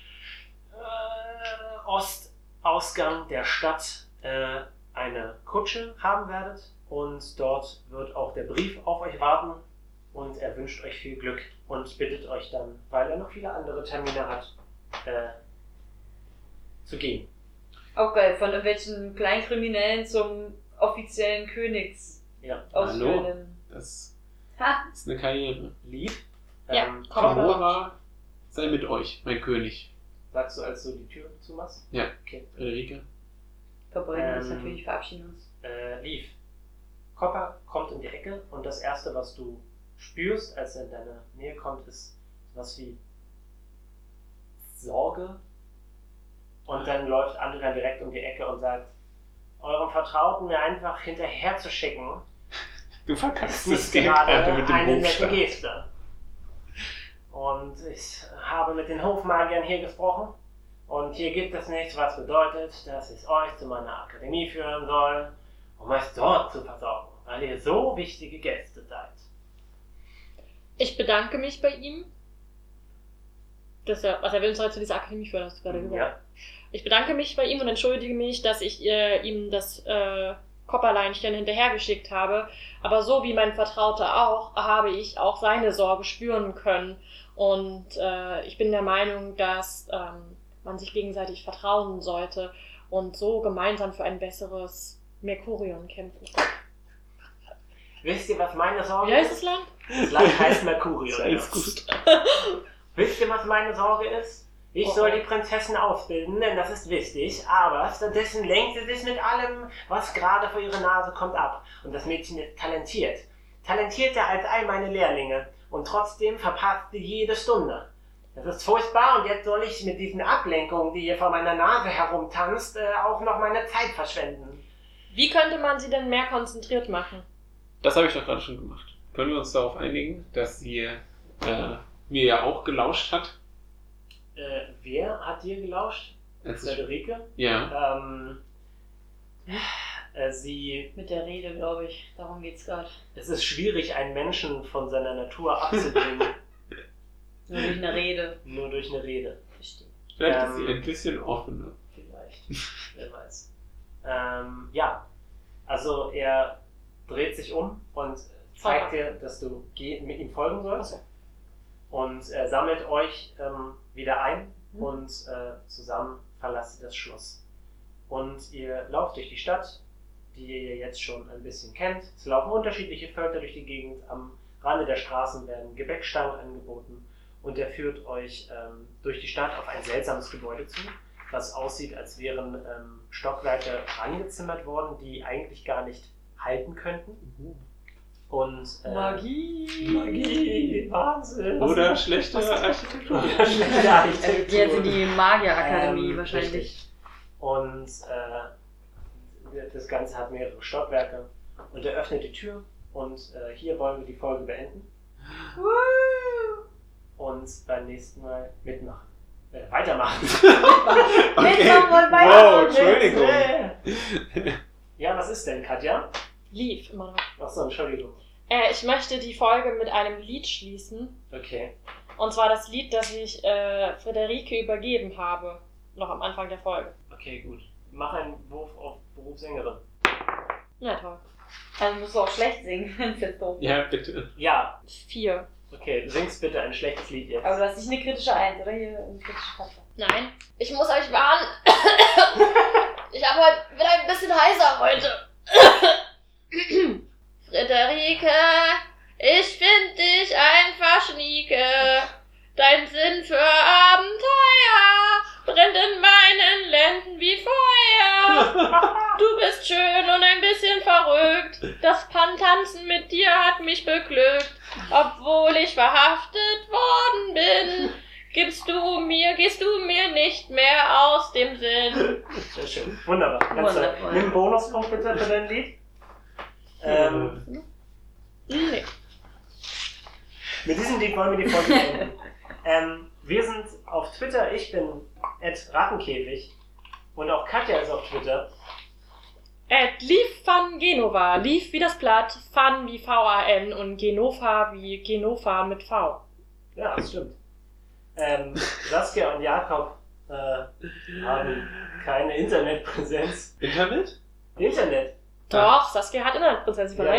Ostausgang der Stadt eine Kutsche haben werdet. Und dort wird auch der Brief auf euch warten. Und er wünscht euch viel Glück und bittet euch dann, weil er noch viele andere Termine hat, zu gehen. Auch geil, von irgendwelchen Kleinkriminellen zum offiziellen Königs ausführen. Das ist eine Karriere. Lieb. Timora sei mit euch, mein König. Sagst du, als du die Tür zumachst? Ja. Okay. Friederike. Verbeugen uns natürlich, verabschieden uns. Lief. Copper kommt in die Ecke und das erste, was du spürst, als er in deine Nähe kommt, ist sowas wie Sorge. Und dann läuft Andrian direkt um die Ecke und sagt, eurem Vertrauten mir einfach hinterher zu schicken. Du verkackst es gerade mit dem eine nette Geste. Und ich habe mit den Hofmagiern hier gesprochen. Und hier gibt es nichts, was bedeutet, dass ich euch zu meiner Akademie führen soll, um euch dort zu versorgen, weil ihr so wichtige Gäste seid. Ich bedanke mich bei ihm. Er will uns heute zu dieser Akademie führen, hast du gerade gesagt. Ja. Ich bedanke mich bei ihm und entschuldige mich, dass ich ihm das Kopperleinchen hinterhergeschickt habe. Aber so wie mein Vertrauter auch, habe ich auch seine Sorge spüren können. Und ich bin der Meinung, dass man sich gegenseitig vertrauen sollte und so gemeinsam für ein besseres Merkurion kämpfen kann. Wisst ihr, was meine Sorge ist? Wie heißt das Land? Das Land heißt Merkurion. Alles gut. Wisst ihr, was meine Sorge ist? Ich soll die Prinzessin ausbilden, denn das ist wichtig, aber stattdessen lenkt sie sich mit allem, was gerade vor ihre Nase kommt, ab. Und das Mädchen ist talentiert. Talentierter als all meine Lehrlinge. Und trotzdem verpasst sie jede Stunde. Das ist furchtbar und jetzt soll ich mit diesen Ablenkungen, die hier vor meiner Nase herumtanzt, auch noch meine Zeit verschwenden. Wie könnte man sie denn mehr konzentriert machen? Das habe ich doch gerade schon gemacht. Können wir uns darauf einigen, dass sie mir ja auch gelauscht hat? Wer hat dir gelauscht? Friederike? Ja. Sie... Mit der Rede, glaube ich. Darum geht's gerade. Es ist schwierig, einen Menschen von seiner Natur abzubringen. Nur durch eine Rede. Nur durch eine Rede. Verstehe. Vielleicht ist sie ein bisschen offener. Vielleicht. Wer weiß. Ja. Also er dreht sich um und zeigt dir, dass du mit ihm folgen sollst. Okay. Und er sammelt euch wieder ein und zusammen verlasst ihr das Schloss. Und ihr lauft durch die Stadt, die ihr jetzt schon ein bisschen kennt. Es laufen unterschiedliche Völker durch die Gegend. Am Rande der Straßen werden Gebäckstangen angeboten. Und er führt euch durch die Stadt auf ein seltsames Gebäude zu, was aussieht, als wären Stockwerke rangezimmert worden, die eigentlich gar nicht halten könnten. Und Magie, Wahnsinn. Oder schlechte Architektur. Jetzt in die Magierakademie wahrscheinlich. Richtig. Und das Ganze hat mehrere Stockwerke. Und er öffnet die Tür und hier wollen wir die Folge beenden. Und beim nächsten Mal weitermachen. Okay. Mitmachen und weitermachen. Wow, Entschuldigung. Ja, was ist denn, Katja? Lief immer noch. Achso, Entschuldigung. Ich möchte die Folge mit einem Lied schließen. Okay. Und zwar das Lied, das ich Friederike übergeben habe. Noch am Anfang der Folge. Okay, gut. Mach einen Wurf auf Berufssängerin. Na toll. Also musst du auch schlecht singen, wenn es jetzt doof ist. Ja, bitte. Ja. 4. Okay, du singst bitte ein schlechtes Lied jetzt. Aber du hast nicht eine kritische 1, oder? Hier eine kritische Faktor. Nein. Ich muss euch warnen. Ich bin ein bisschen heiser heute. Friederike, ich find dich einfach schnieke. Dein Sinn für Abenteuer brennt in meinen Lenden wie Feuer. Du bist schön und ein bisschen verrückt. Das Tanzen mit dir hat mich beglückt. Obwohl ich verhaftet worden bin, gehst du mir nicht mehr aus dem Sinn. Sehr schön. Wunderbar. Nimm einen Bonuspunkt bitte für dein Lied. Nee. Mit diesem Lied wollen wir die Folge enden. Wir sind auf Twitter, ich bin @Rattenkäfig und auch Katja ist auf Twitter. @LeafFunGenova. Leaf wie das Blatt, Fun wie V-A-N und Genova wie Genova mit V. Ja, das stimmt. Saskia und Jakob haben keine Internetpräsenz. Internet? Doch, Saskia hat Internetpräsenz. Ich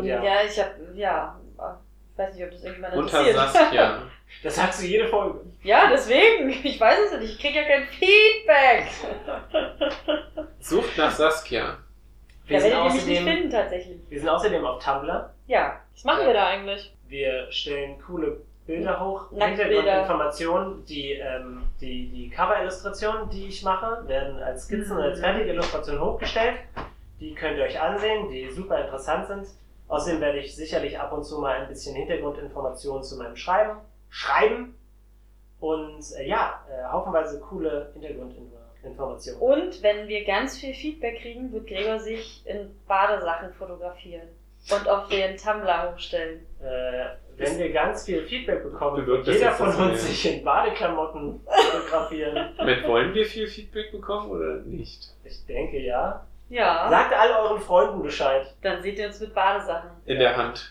weiß nicht, ob das irgendjemand interessiert. Unter Saskia. Das sagst du jede Folge. Ja, deswegen. Ich weiß es nicht. Ich kriege ja kein Feedback. Sucht nach Saskia. Da werdet ihr mich nicht finden, tatsächlich. Wir sind außerdem auf Tumblr. Ja. Was machen wir da eigentlich? Wir stellen coole Bilder hoch, Hintergrundinformationen. Die Cover-Illustrationen, die ich mache, werden als Skizzen und als fertige Illustrationen hochgestellt. Die könnt ihr euch ansehen, die super interessant sind. Außerdem werde ich sicherlich ab und zu mal ein bisschen Hintergrundinformationen zu meinem schreiben und haufenweise coole Hintergrundinformationen. Und wenn wir ganz viel Feedback kriegen, wird Gregor sich in Badesachen fotografieren und auf den Tumblr hochstellen. Wenn wir ganz viel Feedback bekommen, wird jeder von uns sich in Badeklamotten fotografieren. Wollen wir viel Feedback bekommen oder nicht? Ich denke ja. Ja. Sagt all euren Freunden Bescheid. Dann seht ihr uns mit Badesachen. In der Hand.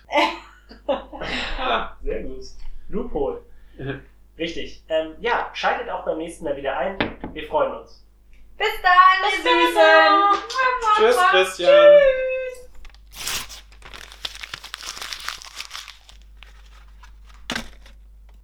Sehr gut. Loophole. Richtig. Schaltet auch beim nächsten Mal wieder ein. Wir freuen uns. Bis dann, ihr Süßen. Tschüss, Christian. Tschüss.